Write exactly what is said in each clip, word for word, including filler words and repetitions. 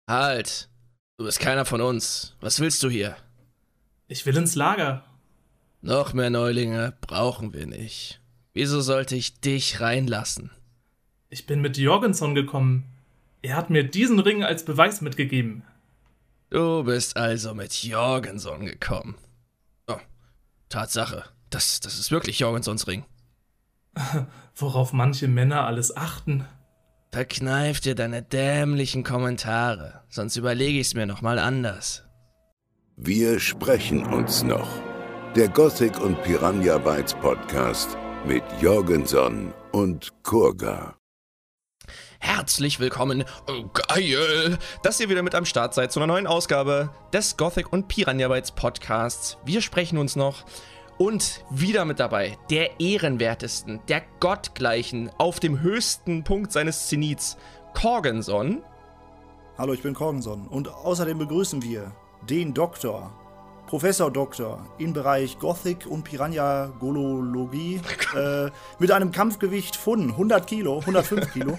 Halt! Du bist keiner von uns. Was willst du hier? Ich will ins Lager. Noch mehr Neulinge brauchen wir nicht. Wieso sollte ich dich reinlassen? Ich bin mit Jorgenson gekommen. Er hat mir diesen Ring als Beweis mitgegeben. Du bist also mit Jorgenson gekommen. Oh, Tatsache. Das, das ist wirklich Jorgensons Ring. Worauf manche Männer alles achten. Verkneif dir deine dämlichen Kommentare, sonst überlege ich's mir nochmal anders. Wir sprechen uns noch. Der Gothic und Piranha Bytes Podcast mit Jorgenson und Kurga. Herzlich willkommen, oh geil, dass ihr wieder mit am Start seid zu einer neuen Ausgabe des Gothic und Piranha Bytes Podcasts. Wir sprechen uns noch und wieder mit dabei der ehrenwertesten, der gottgleichen, auf dem höchsten Punkt seines Zenits, Jorgenson. Hallo, ich bin Jorgenson und außerdem begrüßen wir den Doktor, Professor Doktor im Bereich Gothic und Piranha-Golologie äh, mit einem Kampfgewicht von hundert Kilo, hundertfünf Kilo.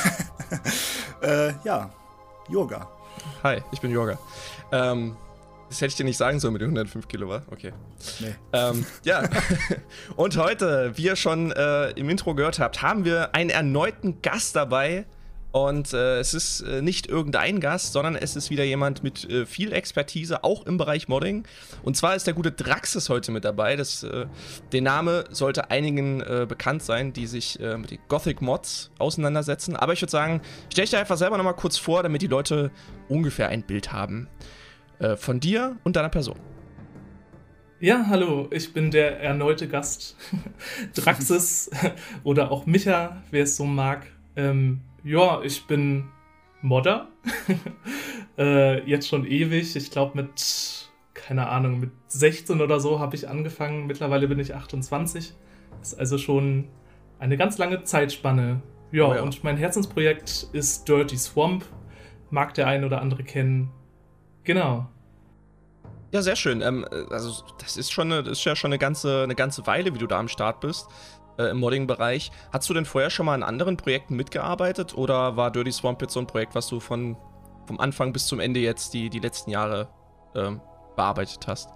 äh, ja, Yoga. Hi, ich bin Yoga. Ähm, das hätte ich dir nicht sagen sollen mit den hundertfünf Kilo, wa? Okay. Nee. Ähm, ja, und heute, wie ihr schon äh, im Intro gehört habt, haben wir einen erneuten Gast dabei. Und äh, es ist äh, nicht irgendein Gast, sondern es ist wieder jemand mit äh, viel Expertise, auch im Bereich Modding. Und zwar ist der gute Draxis heute mit dabei. Das, äh, der Name sollte einigen äh, bekannt sein, die sich äh, mit den Gothic-Mods auseinandersetzen. Aber ich würde sagen, stell dich dir einfach selber nochmal kurz vor, damit die Leute ungefähr ein Bild haben äh, von dir und deiner Person. Ja, hallo, ich bin der erneute Gast. Draxis oder auch Micha, wer es so mag. Ähm, Ja, ich bin Modder. äh, jetzt schon ewig. Ich glaube mit, keine Ahnung, mit sechzehn oder so habe ich angefangen. Mittlerweile bin ich achtundzwanzig. Ist also schon eine ganz lange Zeitspanne. Ja, Oh ja. Und mein Herzensprojekt ist Dirty Swamp. Mag der ein oder andere kennen. Genau. Ja, sehr schön. Ähm, also das ist schon eine, das ist ja schon eine ganze, eine ganze Weile, wie du da am Start bist. Im Modding-Bereich. Hast du denn vorher schon mal an anderen Projekten mitgearbeitet oder war Dirty Swamp jetzt so ein Projekt, was du von vom Anfang bis zum Ende jetzt die, die letzten Jahre ähm, bearbeitet hast?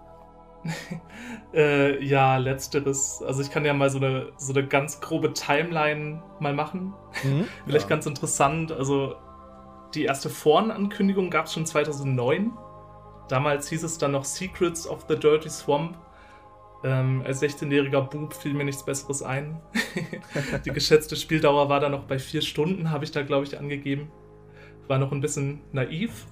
äh, ja, letzteres. Also ich kann ja mal so eine, so eine ganz grobe Timeline mal machen. Mhm. Vielleicht Ja. ganz interessant. Also die erste Foren-Ankündigung gab es schon zweitausendneun. Damals hieß es dann noch Secrets of the Dirty Swamp. Ähm, als sechzehnjähriger Bub fiel mir nichts Besseres ein. Die geschätzte Spieldauer war dann noch bei vier Stunden, habe ich da, glaube ich, angegeben. War noch ein bisschen naiv.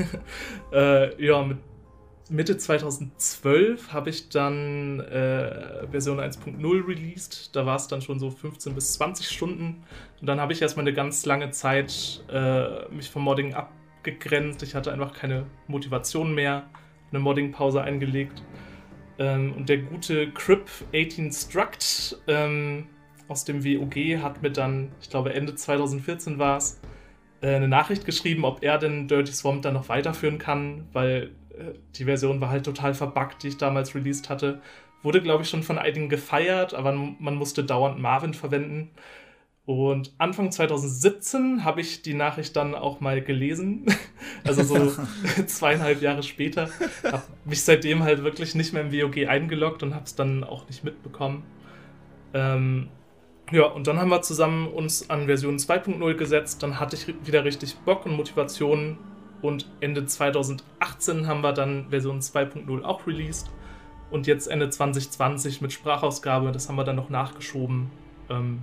äh, ja, mit Mitte zweitausendzwölf habe ich dann äh, Version eins Punkt null released. Da war es dann schon so fünfzehn bis zwanzig Stunden. Und dann habe ich erstmal eine ganz lange Zeit äh, mich vom Modding abgegrenzt. Ich hatte einfach keine Motivation mehr. Eine Modding-Pause eingelegt. Ähm, und der gute Crip achtzehn Struct ähm, aus dem W O G hat mir dann, ich glaube Ende zweitausendvierzehn war es, äh, eine Nachricht geschrieben, ob er den Dirty Swamp dann noch weiterführen kann, weil äh, die Version war halt total verbuggt, die ich damals released hatte. Wurde, glaube ich, schon von einigen gefeiert, aber man musste dauernd Marvin verwenden. Und Anfang zweitausendsiebzehn habe ich die Nachricht dann auch mal gelesen, also so zweieinhalb Jahre später. Habe mich seitdem halt wirklich nicht mehr im W O G eingeloggt und habe es dann auch nicht mitbekommen. Ähm, ja, und dann haben wir zusammen uns an Version zwei Punkt null gesetzt, dann hatte ich wieder richtig Bock und Motivation und Ende zweitausendachtzehn haben wir dann Version zwei Punkt null auch released und jetzt Ende zwanzig zwanzig mit Sprachausgabe, das haben wir dann noch nachgeschoben. Ähm,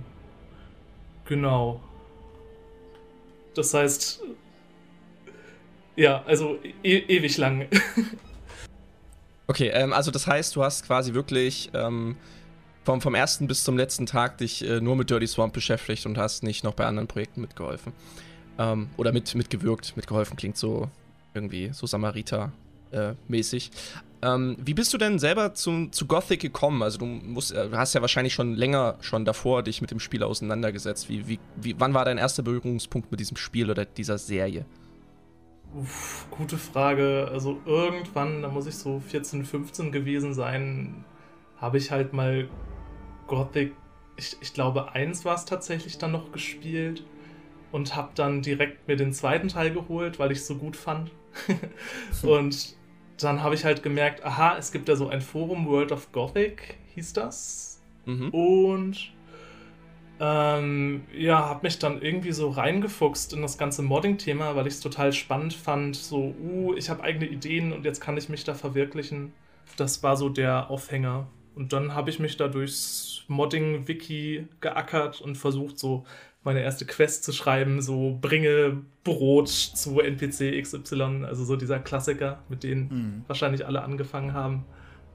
Genau. Das heißt, ja, also e- ewig lang. Okay, ähm, also das heißt, du hast quasi wirklich ähm, vom, vom ersten bis zum letzten Tag dich äh, nur mit Dirty Swamp beschäftigt und hast nicht noch bei anderen Projekten mitgeholfen. Ähm, oder mit, mitgewirkt. Mitgeholfen klingt so irgendwie so Samariter-mäßig. Ähm, wie bist du denn selber zum, zu Gothic gekommen? Also du, musst, äh, du hast ja wahrscheinlich schon länger schon davor dich mit dem Spiel auseinandergesetzt. Wie, wie, wie, wann war dein erster Berührungspunkt mit diesem Spiel oder dieser Serie? Uff, gute Frage. Also irgendwann, da muss ich so vierzehn, fünfzehn gewesen sein, habe ich halt mal Gothic, ich, ich glaube eins war es tatsächlich dann noch gespielt. und habe dann direkt mir den zweiten Teil geholt, weil ich es so gut fand. Und dann habe ich halt gemerkt, aha, es gibt ja so ein Forum, World of Gothic hieß das. Mhm. Und ähm, ja, habe mich dann irgendwie so reingefuchst in das ganze Modding-Thema, weil ich es total spannend fand. So, uh, ich habe eigene Ideen und jetzt kann ich mich da verwirklichen. Das war so der Aufhänger. Und dann habe ich mich da durchs Modding-Wiki geackert und versucht, so meine erste Quest zu schreiben, so bringe Brot zu N P C X Y, also so dieser Klassiker, mit denen mhm. wahrscheinlich alle angefangen haben.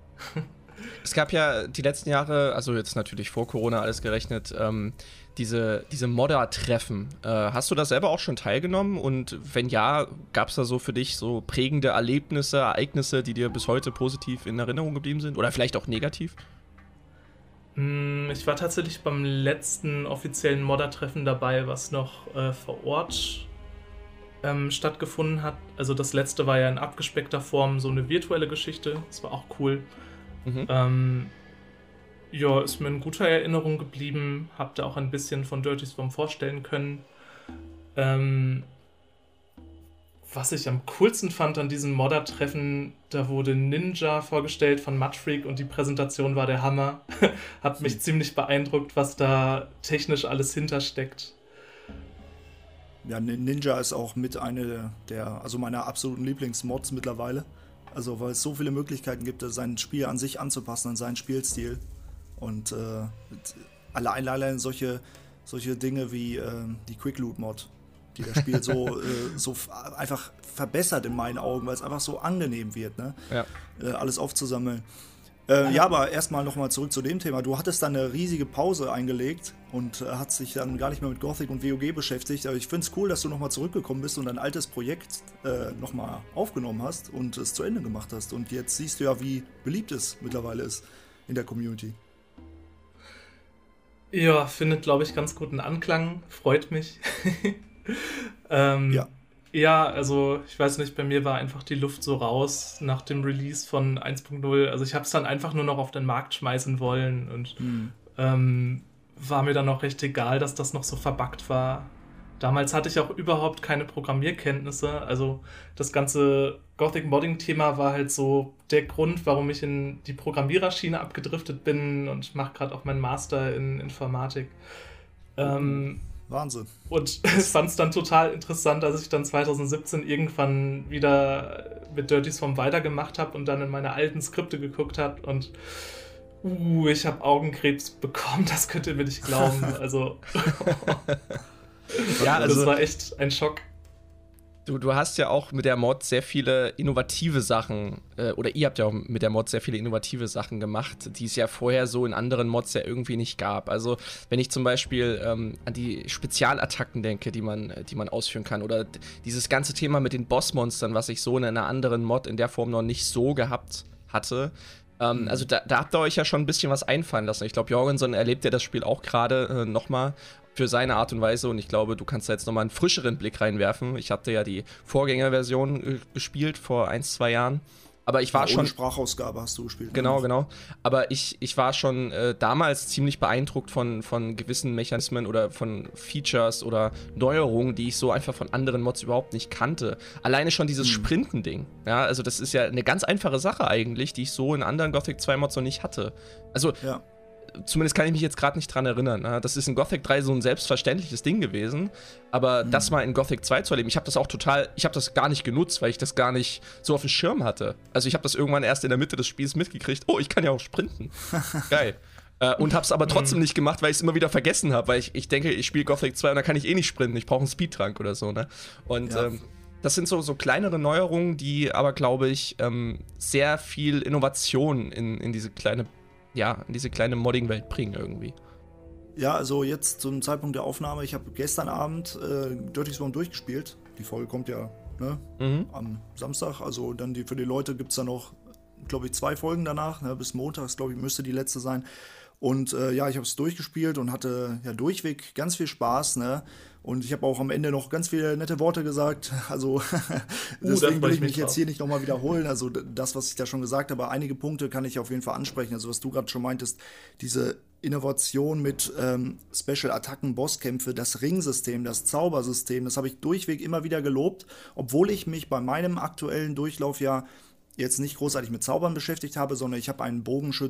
Es gab ja die letzten Jahre, also jetzt natürlich vor Corona alles gerechnet, ähm, diese, diese Modder-Treffen. Äh, hast du da selber auch schon teilgenommen? Und wenn ja, gab es da so für dich so prägende Erlebnisse, Ereignisse, die dir bis heute positiv in Erinnerung geblieben sind? Oder vielleicht auch negativ? Ich war tatsächlich beim letzten offiziellen Modder-Treffen dabei, was noch äh, vor Ort ähm, stattgefunden hat. Also das letzte war ja in abgespeckter Form so eine virtuelle Geschichte. Das war auch cool. Mhm. Ähm, ja, ist mir in guter Erinnerung geblieben. Hab da auch ein bisschen von Dirty Swarm vorstellen können. Ähm, was ich am coolsten fand an diesem Modder-Treffen, da wurde Ninja vorgestellt von Mudfreak und die Präsentation war der Hammer. Hat mich mhm. ziemlich beeindruckt, was da technisch alles hintersteckt. Ja, Ninja ist auch mit eine der, also meiner absoluten Lieblingsmods mittlerweile. Also weil es so viele Möglichkeiten gibt, sein Spiel an sich anzupassen, an seinen Spielstil. Und äh, allein, allein solche, solche Dinge wie äh, die Quick-Loot-Mod, die das Spiel so, äh, so f- einfach verbessert in meinen Augen, weil es einfach so angenehm wird, ne? Ja. Äh, alles aufzusammeln. Äh, ja, aber erstmal nochmal zurück zu dem Thema. Du hattest dann eine riesige Pause eingelegt und äh, hast dich dann gar nicht mehr mit Gothic und W O G beschäftigt. Aber ich finde es cool, dass du nochmal zurückgekommen bist und dein altes Projekt äh, nochmal aufgenommen hast und es zu Ende gemacht hast. Und jetzt siehst du ja, wie beliebt es mittlerweile ist in der Community. Ja, findet, glaube ich, ganz guten Anklang. Freut mich. ähm, ja. Ja, also ich weiß nicht, bei mir war einfach die Luft so raus nach dem Release von eins Punkt null. Also ich habe es dann einfach nur noch auf den Markt schmeißen wollen und mhm. ähm, war mir dann auch recht egal, dass das noch so verbuggt war. Damals hatte ich auch überhaupt keine Programmierkenntnisse. Also das ganze Gothic-Modding-Thema war halt so der Grund, warum ich in die Programmiererschiene abgedriftet bin und mache gerade auch meinen Master in Informatik. Ähm, Wahnsinn. Und fand es dann total interessant, als ich dann zwanzig siebzehn irgendwann wieder mit Dirty Swarm weitergemacht habe und dann in meine alten Skripte geguckt habe und uh, ich habe Augenkrebs bekommen, das könnt ihr mir nicht glauben. Also, ja, also das war echt ein Schock. Du, du hast ja auch mit der Mod sehr viele innovative Sachen, äh, oder ihr habt ja auch mit der Mod sehr viele innovative Sachen gemacht, die es ja vorher so in anderen Mods ja irgendwie nicht gab. Also wenn ich zum Beispiel ähm, an die Spezialattacken denke, die man, die man ausführen kann, oder d- dieses ganze Thema mit den Bossmonstern, was ich so in einer anderen Mod in der Form noch nicht so gehabt hatte. Ähm, mhm. Also da, da habt ihr euch ja schon ein bisschen was einfallen lassen. Ich glaube, Jorgenson erlebt ja das Spiel auch gerade äh, nochmal für seine Art und Weise und ich glaube, du kannst da jetzt nochmal einen frischeren Blick reinwerfen. Ich hatte ja die Vorgängerversion äh, gespielt vor ein, zwei Jahren, aber ich war ja, ohne schon... Sprachausgabe hast du gespielt. Genau, ne? genau. Aber ich, ich war schon äh, damals ziemlich beeindruckt von, von gewissen Mechanismen oder von Features oder Neuerungen, die ich so einfach von anderen Mods überhaupt nicht kannte. Alleine schon dieses hm. Sprinten-Ding. Ja, also das ist ja eine ganz einfache Sache eigentlich, die ich so in anderen Gothic zwei Mods noch nicht hatte. Also... Ja. Zumindest kann ich mich jetzt gerade nicht dran erinnern. Das ist in Gothic drei so ein selbstverständliches Ding gewesen, aber mhm. das mal in Gothic zwei zu erleben, ich habe das auch total, ich habe das gar nicht genutzt, weil ich das gar nicht so auf dem Schirm hatte. Also ich habe das irgendwann erst in der Mitte des Spiels mitgekriegt, oh, ich kann ja auch sprinten. Geil. Äh, und hab's aber trotzdem mhm. nicht gemacht, weil ich es immer wieder vergessen habe, weil ich, ich denke, ich spiele Gothic zwei und da kann ich eh nicht sprinten, ich brauche einen Speedtrank oder so, ne? Und ja. ähm, das sind so, so kleinere Neuerungen, die aber, glaube ich, ähm, sehr viel Innovation in, in diese kleine ja, in diese kleine Modding-Welt bringen irgendwie. Ja, also jetzt zum Zeitpunkt der Aufnahme, ich habe gestern Abend äh, Dirty Swarm durchgespielt. Die Folge kommt ja ne, mhm. am Samstag. Also dann die, für die Leute gibt es dann noch, glaube ich, zwei Folgen danach. Ne, bis montags, glaube ich, müsste die letzte sein. Und äh, ja, ich habe es durchgespielt und hatte ja durchweg ganz viel Spaß, ne? Und ich habe auch am Ende noch ganz viele nette Worte gesagt. Also deswegen uh, will ich mich jetzt hier nicht nochmal wiederholen. Also das, was ich da schon gesagt habe, einige Punkte kann ich auf jeden Fall ansprechen. Also was du gerade schon meintest, diese Innovation mit ähm, Special-Attacken, Bosskämpfe, das Ringsystem, das Zaubersystem, das habe ich durchweg immer wieder gelobt, obwohl ich mich bei meinem aktuellen Durchlauf ja jetzt nicht großartig mit Zaubern beschäftigt habe, sondern ich habe einen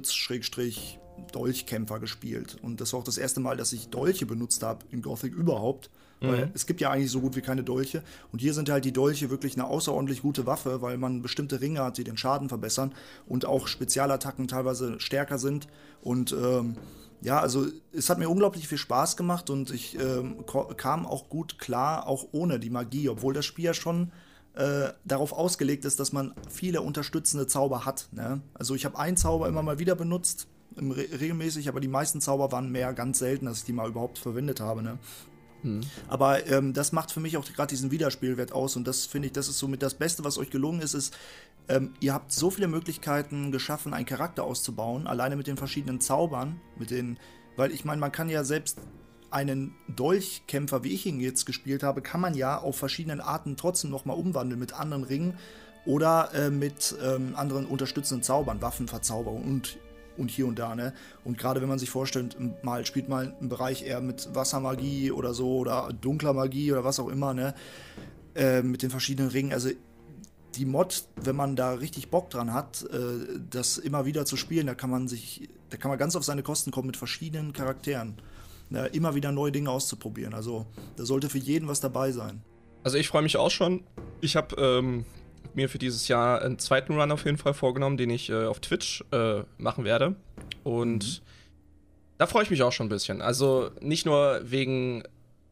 Bogenschütz-Dolchkämpfer gespielt. Und das war auch das erste Mal, dass ich Dolche benutzt habe in Gothic überhaupt. Mhm. Weil es gibt ja eigentlich so gut wie keine Dolche. Und hier sind halt die Dolche wirklich eine außerordentlich gute Waffe, weil man bestimmte Ringe hat, die den Schaden verbessern und auch Spezialattacken teilweise stärker sind. Und ähm, ja, also es hat mir unglaublich viel Spaß gemacht und ich ähm, kam auch gut klar, auch ohne die Magie, obwohl das Spiel ja schon Äh, darauf ausgelegt ist, dass man viele unterstützende Zauber hat. Ne? Also ich habe einen Zauber immer mal wieder benutzt, im Re- regelmäßig, aber die meisten Zauber waren mehr ganz selten, dass ich die mal überhaupt verwendet habe. Ne? Hm. Aber ähm, das macht für mich auch gerade diesen Wiederspielwert aus und das finde ich, das ist somit das Beste, was euch gelungen ist, ist, ähm, ihr habt so viele Möglichkeiten geschaffen, einen Charakter auszubauen, alleine mit den verschiedenen Zaubern, mit den, weil ich meine, man kann ja selbst einen Dolchkämpfer, wie ich ihn jetzt gespielt habe, kann man ja auf verschiedenen Arten trotzdem nochmal umwandeln mit anderen Ringen oder äh, mit ähm, anderen unterstützenden Zaubern, Waffenverzauberung und, und hier und da. Ne? Und gerade wenn man sich vorstellt, mal spielt mal einen Bereich eher mit Wassermagie oder so oder dunkler Magie oder was auch immer, ne? Äh, mit den verschiedenen Ringen. Also die Mod, wenn man da richtig Bock dran hat, äh, das immer wieder zu spielen, da kann man sich, da kann man ganz auf seine Kosten kommen mit verschiedenen Charakteren. Na, immer wieder neue Dinge auszuprobieren. Also da sollte für jeden was dabei sein. Also ich freue mich auch schon. Ich habe ähm, mir für dieses Jahr einen zweiten Run auf jeden Fall vorgenommen, den ich äh, auf Twitch äh, machen werde. Und mhm. da freue ich mich auch schon ein bisschen. Also nicht nur wegen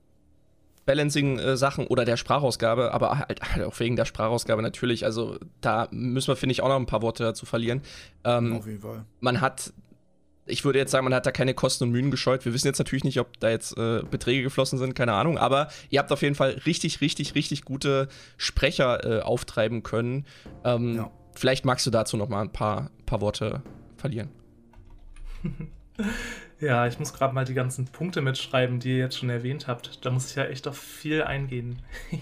Balancing-Sachen oder der Sprachausgabe, aber halt, halt auch wegen der Sprachausgabe natürlich. Also da müssen wir, finde ich, auch noch ein paar Worte dazu verlieren. Ähm, auf jeden Fall. Man hat Ich würde jetzt sagen, man hat da keine Kosten und Mühen gescheut. Wir wissen jetzt natürlich nicht, ob da jetzt äh, Beträge geflossen sind, keine Ahnung. Aber ihr habt auf jeden Fall richtig, richtig, richtig gute Sprecher äh, auftreiben können. Ähm, ja. Vielleicht magst du dazu noch mal ein paar, paar Worte verlieren. Ja, ich muss gerade mal die ganzen Punkte mitschreiben, die ihr jetzt schon erwähnt habt. Da muss ich ja echt auf viel eingehen.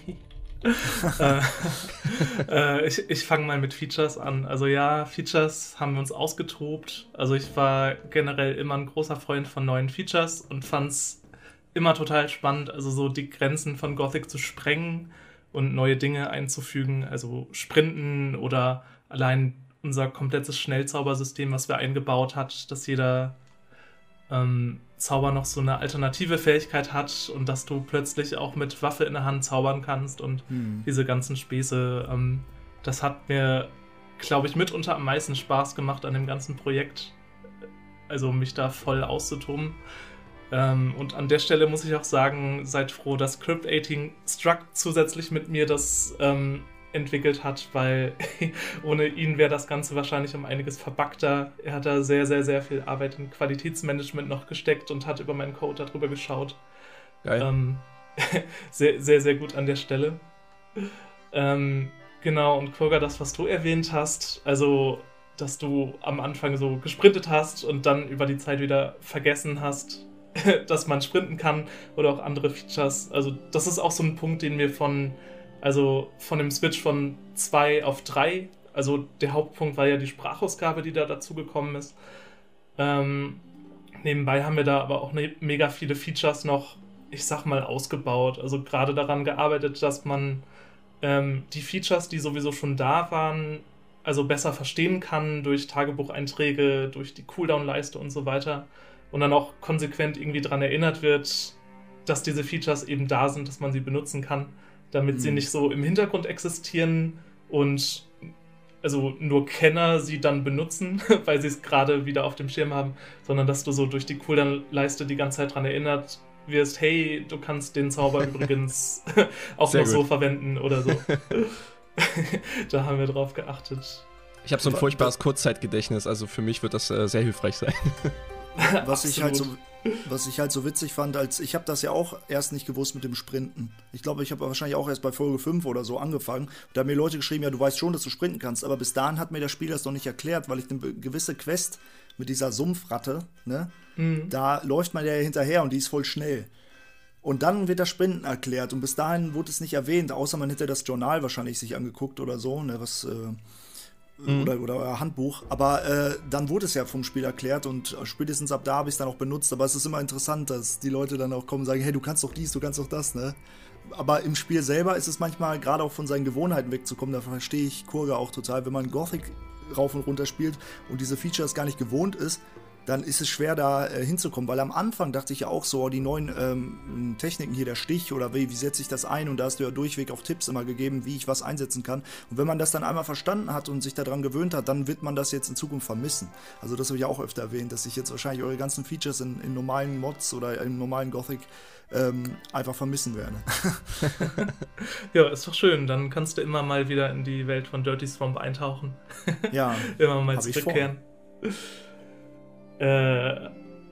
äh, äh, ich ich fange mal mit Features an. Also ja, Features haben wir uns ausgetobt. Also ich war generell immer ein großer Freund von neuen Features und fand es immer total spannend, also so die Grenzen von Gothic zu sprengen und neue Dinge einzufügen. Also Sprinten oder allein unser komplettes Schnellzaubersystem, was wir eingebaut hat, dass jeder ähm, Zauber noch so eine alternative Fähigkeit hat und dass du plötzlich auch mit Waffe in der Hand zaubern kannst und hm. diese ganzen Späße. Ähm, das hat mir, glaube ich, mitunter am meisten Spaß gemacht an dem ganzen Projekt. Also mich da voll auszutoben. Ähm, und an der Stelle muss ich auch sagen, seid froh, dass Crypt achtzehn Struck zusätzlich mit mir das ähm, entwickelt hat, weil ohne ihn wäre das Ganze wahrscheinlich um einiges verbackter. Er hat da sehr, sehr, sehr viel Arbeit in Qualitätsmanagement noch gesteckt und hat über meinen Code darüber geschaut. Geil. Ähm, sehr, sehr, sehr gut an der Stelle. Ähm, genau, und Quokka, das, was du erwähnt hast, also, dass du am Anfang so gesprintet hast und dann über die Zeit wieder vergessen hast, dass man sprinten kann oder auch andere Features. Also, das ist auch so ein Punkt, den wir von Also von dem Switch von zwei auf drei, also der Hauptpunkt war ja die Sprachausgabe, die da dazu gekommen ist. Ähm, nebenbei haben wir da aber auch ne, mega viele Features noch, ich sag mal, ausgebaut. Also gerade daran gearbeitet, dass man ähm, die Features, die sowieso schon da waren, also besser verstehen kann durch Tagebucheinträge, durch die Cooldown-Leiste und so weiter. Und dann auch konsequent irgendwie daran erinnert wird, dass diese Features eben da sind, dass man sie benutzen kann, damit mhm. sie nicht so im Hintergrund existieren und also nur Kenner sie dann benutzen, weil sie es gerade wieder auf dem Schirm haben, sondern dass du so durch die Cooldown-Leiste die ganze Zeit daran erinnert wirst, hey, du kannst den Zauber übrigens auch Sehr noch gut. so verwenden oder so. Da haben wir drauf geachtet. Ich habe so ein furchtbares Kurzzeitgedächtnis, also für mich wird das äh, sehr hilfreich sein. Was ich halt so, was ich halt so witzig fand, als ich habe das ja auch erst nicht gewusst mit dem Sprinten. Ich glaube, ich habe wahrscheinlich auch erst bei Folge fünf oder so angefangen. Da haben mir Leute geschrieben, ja, du weißt schon, dass du sprinten kannst, aber bis dahin hat mir das Spiel das noch nicht erklärt, weil ich eine gewisse Quest mit dieser Sumpfratte, ne, mhm. da läuft man ja hinterher und die ist voll schnell. Und dann wird das Sprinten erklärt und bis dahin wurde es nicht erwähnt, außer man hätte das Journal wahrscheinlich sich angeguckt oder so, ne, was äh, mhm. oder, oder euer Handbuch, aber äh, dann wurde es ja vom Spiel erklärt und spätestens ab da habe ich es dann auch benutzt, aber es ist immer interessant, dass die Leute dann auch kommen und sagen, hey, du kannst doch dies, du kannst doch das, ne? Aber im Spiel selber ist es manchmal, gerade auch von seinen Gewohnheiten wegzukommen, da verstehe ich Kurga auch total, wenn man Gothic rauf und runter spielt und diese Features gar nicht gewohnt ist, dann ist es schwer, da äh, hinzukommen. Weil am Anfang dachte ich ja auch so, die neuen ähm, Techniken hier, der Stich oder wie, wie setze ich das ein? Und da hast du ja durchweg auch Tipps immer gegeben, wie ich was einsetzen kann. Und wenn man das dann einmal verstanden hat und sich daran gewöhnt hat, dann wird man das jetzt in Zukunft vermissen. Also das habe ich auch öfter erwähnt, dass ich jetzt wahrscheinlich eure ganzen Features in, in normalen Mods oder im normalen Gothic ähm, einfach vermissen werde. Ja, ist doch schön. Dann kannst du immer mal wieder in die Welt von Dirty Swamp eintauchen. Ja, immer mal zurückkehren. Äh,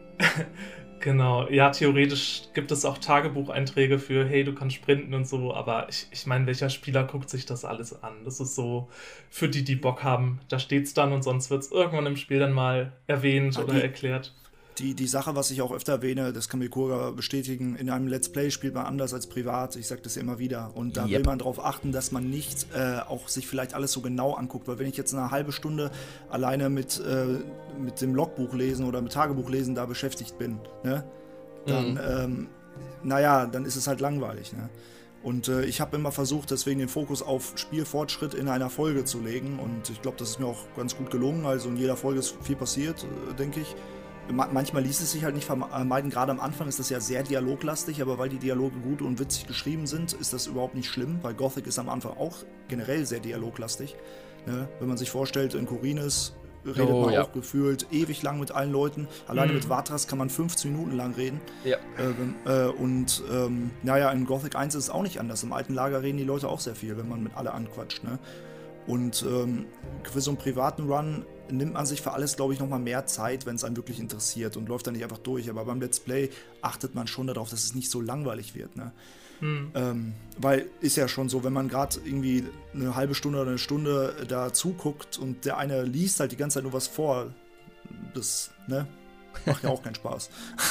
genau, ja, theoretisch gibt es auch Tagebucheinträge für, hey, du kannst sprinten und so, aber ich, ich meine, welcher Spieler guckt sich das alles an? Das ist so für die, die Bock haben, da steht's dann und sonst wird's irgendwann im Spiel dann mal erwähnt ah, oder die, erklärt. Die, die Sache, was ich auch öfter erwähne, das kann mir Kurga bestätigen, in einem Let's Play spielt man anders als privat, ich sage das ja immer wieder. Und da yep. will man darauf achten, dass man nicht äh, auch sich vielleicht alles so genau anguckt, weil wenn ich jetzt eine halbe Stunde alleine mit, äh, mit dem Logbuch lesen oder mit Tagebuch lesen da beschäftigt bin, ne, dann, mhm. ähm, naja, dann ist es halt langweilig, ne. Und äh, ich habe immer versucht, deswegen den Fokus auf Spielfortschritt in einer Folge zu legen und ich glaube, das ist mir auch ganz gut gelungen, also in jeder Folge ist viel passiert, äh, denke ich. Manchmal ließ es sich halt nicht vermeiden, gerade am Anfang ist das ja sehr dialoglastig, aber weil die Dialoge gut und witzig geschrieben sind, ist das überhaupt nicht schlimm, weil Gothic ist am Anfang auch generell sehr dialoglastig. Ne? Wenn man sich vorstellt, in Khorinis redet oh, man ja. auch gefühlt ewig lang mit allen Leuten, alleine mhm. mit Vatras kann man fünfzehn Minuten lang reden. Ja. Äh, wenn, äh, und ähm, naja, in Gothic eins ist es auch nicht anders, im alten Lager reden die Leute auch sehr viel, wenn man mit alle anquatscht. Ne? Und ähm, für so einen privaten Run nimmt man sich für alles, glaube ich, nochmal mehr Zeit, wenn es einen wirklich interessiert und läuft dann nicht einfach durch. Aber beim Let's Play achtet man schon darauf, dass es nicht so langweilig wird. Ne? Hm. Ähm, weil ist ja schon so, wenn man gerade irgendwie eine halbe Stunde oder eine Stunde da zuguckt und der eine liest halt die ganze Zeit nur was vor, das ne, macht ja auch keinen Spaß.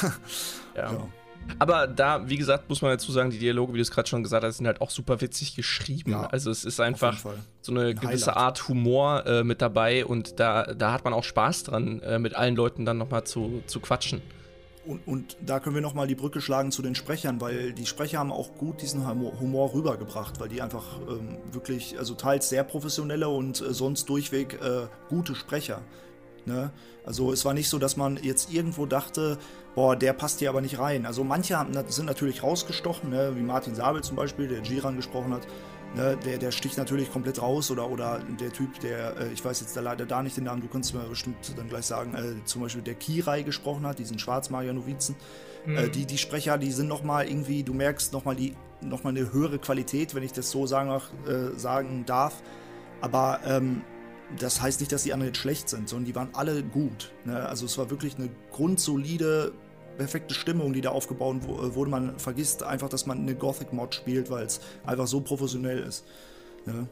ja. ja. Aber da, wie gesagt, muss man dazu sagen, die Dialoge, wie du es gerade schon gesagt hast, sind halt auch super witzig geschrieben. Ja, also es ist einfach so eine gewisse Highlight. Art Humor äh, mit dabei und da, da hat man auch Spaß dran, äh, mit allen Leuten dann nochmal zu, zu quatschen. Und, und da können wir nochmal die Brücke schlagen zu den Sprechern, weil die Sprecher haben auch gut diesen Humor rübergebracht, weil die einfach ähm, wirklich, also teils sehr professionelle und äh, sonst durchweg äh, gute Sprecher. Ne? Also es war nicht so, dass man jetzt irgendwo dachte, boah, der passt hier aber nicht rein. Also manche haben, sind natürlich rausgestochen, ne? Wie Martin Sabel zum Beispiel, der Jiran gesprochen hat. Ne? Der, der sticht natürlich komplett raus. Oder, oder der Typ, der, äh, ich weiß jetzt leider da nicht den Namen, du kannst mir bestimmt dann gleich sagen, äh, zum Beispiel der Kirai gesprochen hat, diesen Schwarzmagier-Novizen. Mhm. Äh, die, die Sprecher, die sind nochmal irgendwie, du merkst nochmal die, nochmal eine höhere Qualität, wenn ich das so sagen, äh, sagen darf. Aber ähm, das heißt nicht, dass die anderen jetzt schlecht sind, sondern die waren alle gut. Ne? Also es war wirklich eine grundsolide, perfekte Stimmung, die da aufgebaut wurde. Man vergisst einfach, dass man eine Gothic-Mod spielt, weil es einfach so professionell ist. Ne?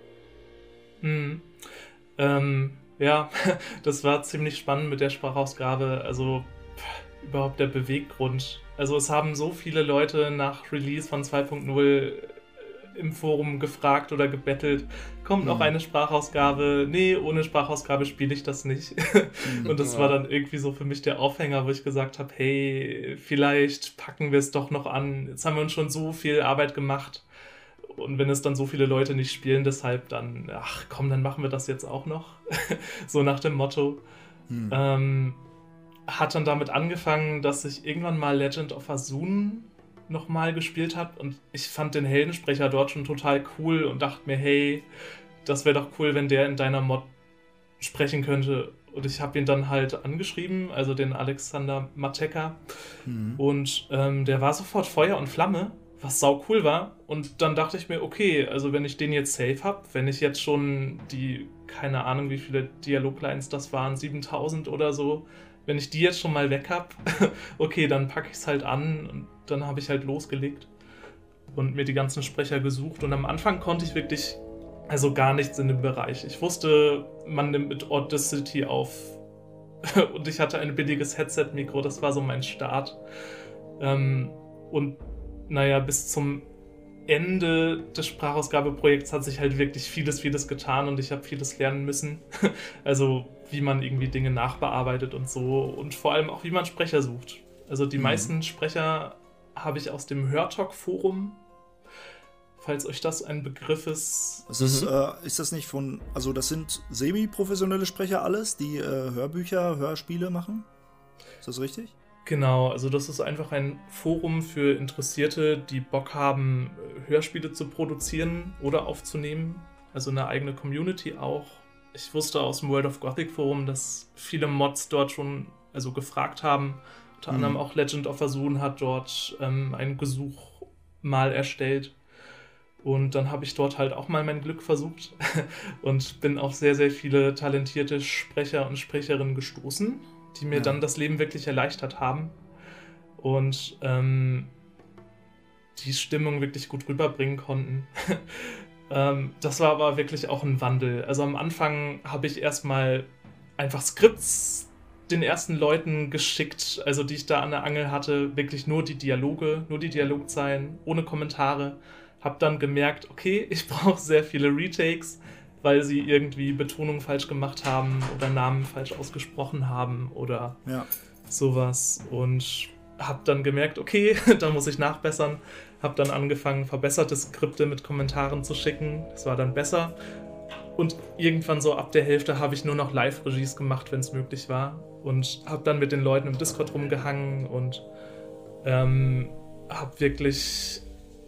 Hm. Ähm, ja, das war ziemlich spannend mit der Sprachausgabe. Also pff, überhaupt der Beweggrund. Also es haben so viele Leute nach Release von zwei Punkt null im Forum gefragt oder gebettelt, kommt noch eine Sprachausgabe? Nee, ohne Sprachausgabe spiele ich das nicht. Und das war dann irgendwie so für mich der Aufhänger, wo ich gesagt habe, hey, vielleicht packen wir es doch noch an. Jetzt haben wir uns schon so viel Arbeit gemacht. Und wenn es dann so viele Leute nicht spielen, deshalb dann, ach komm, dann machen wir das jetzt auch noch. So nach dem Motto. Hm. Ähm, hat dann damit angefangen, dass ich irgendwann mal Legend of Azun nochmal gespielt habe und ich fand den Heldensprecher dort schon total cool und dachte mir, hey, das wäre doch cool, wenn der in deiner Mod sprechen könnte. Und ich habe ihn dann halt angeschrieben, also den Alexander Mateka. Mhm. Und ähm, der war sofort Feuer und Flamme, was sau cool war. Und dann dachte ich mir, okay, also wenn ich den jetzt safe habe, wenn ich jetzt schon die, keine Ahnung, wie viele Dialoglines das waren, siebentausend oder so, wenn ich die jetzt schon mal weg habe, okay, dann packe ich es halt an und dann habe ich halt losgelegt und mir die ganzen Sprecher gesucht. Und am Anfang konnte ich wirklich, also gar nichts in dem Bereich. Ich wusste, man nimmt mit Audacity auf und ich hatte ein billiges Headset-Mikro, das war so mein Start. Ähm, und naja, bis zum Ende des Sprachausgabeprojekts hat sich halt wirklich vieles, vieles getan und ich habe vieles lernen müssen. Also wie man irgendwie Dinge nachbearbeitet und so und vor allem auch, wie man Sprecher sucht. Also die mhm. meisten Sprecher habe ich aus dem Hörtalk-Forum, falls euch das ein Begriff ist. Das ist, mhm. äh, ist das nicht von, also das sind semi-professionelle Sprecher alles, die äh, Hörbücher, Hörspiele machen? Ist das richtig? Genau, also das ist einfach ein Forum für Interessierte, die Bock haben, Hörspiele zu produzieren oder aufzunehmen. Also eine eigene Community auch. Ich wusste aus dem World of Gothic Forum, dass viele Mods dort schon also gefragt haben. Unter mhm. anderem auch Legend of Azun hat dort ähm, ein Gesuch mal erstellt. Und dann habe ich dort halt auch mal mein Glück versucht und bin auf sehr, sehr viele talentierte Sprecher und Sprecherinnen gestoßen, die mir ja. dann das Leben wirklich erleichtert haben und ähm, die Stimmung wirklich gut rüberbringen konnten. ähm, das war aber wirklich auch ein Wandel. Also am Anfang habe ich erstmal einfach Skripts den ersten Leuten geschickt, also die ich da an der Angel hatte, wirklich nur die Dialoge, nur die Dialogzeilen, ohne Kommentare. Hab dann gemerkt, okay, ich brauche sehr viele Retakes, weil sie irgendwie Betonung falsch gemacht haben oder Namen falsch ausgesprochen haben oder ja. sowas. Und hab dann gemerkt, okay, da muss ich nachbessern. Hab dann angefangen, verbesserte Skripte mit Kommentaren zu schicken. Das war dann besser. Und irgendwann so ab der Hälfte habe ich nur noch Live-Regies gemacht, wenn es möglich war. Und hab dann mit den Leuten im Discord rumgehangen und ähm, hab wirklich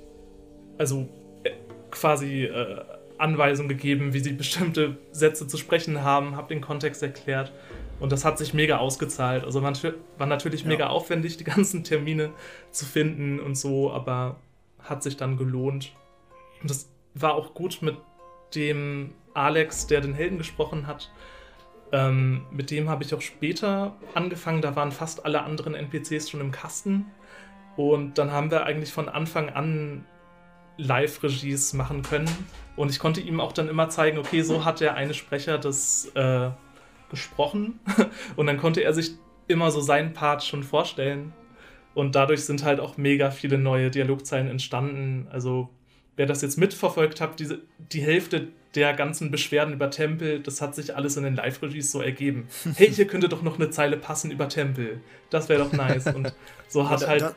also äh, quasi äh, Anweisungen gegeben, wie sie bestimmte Sätze zu sprechen haben, habe den Kontext erklärt und das hat sich mega ausgezahlt. Also man war natürlich ja. mega aufwendig, die ganzen Termine zu finden und so, aber hat sich dann gelohnt. Und das war auch gut mit dem Alex, der den Helden gesprochen hat. Ähm, mit dem habe ich auch später angefangen, da waren fast alle anderen N P Cs schon im Kasten und dann haben wir eigentlich von Anfang an Live-Regies machen können. Und ich konnte ihm auch dann immer zeigen, okay, so hat der eine Sprecher das äh, gesprochen. Und dann konnte er sich immer so seinen Part schon vorstellen. Und dadurch sind halt auch mega viele neue Dialogzeilen entstanden. Also wer das jetzt mitverfolgt hat, diese, die Hälfte der ganzen Beschwerden über Tempel, das hat sich alles in den Live-Regies so ergeben. Hey, hier könnte doch noch eine Zeile passen über Tempel. Das wäre doch nice. Und so hat halt...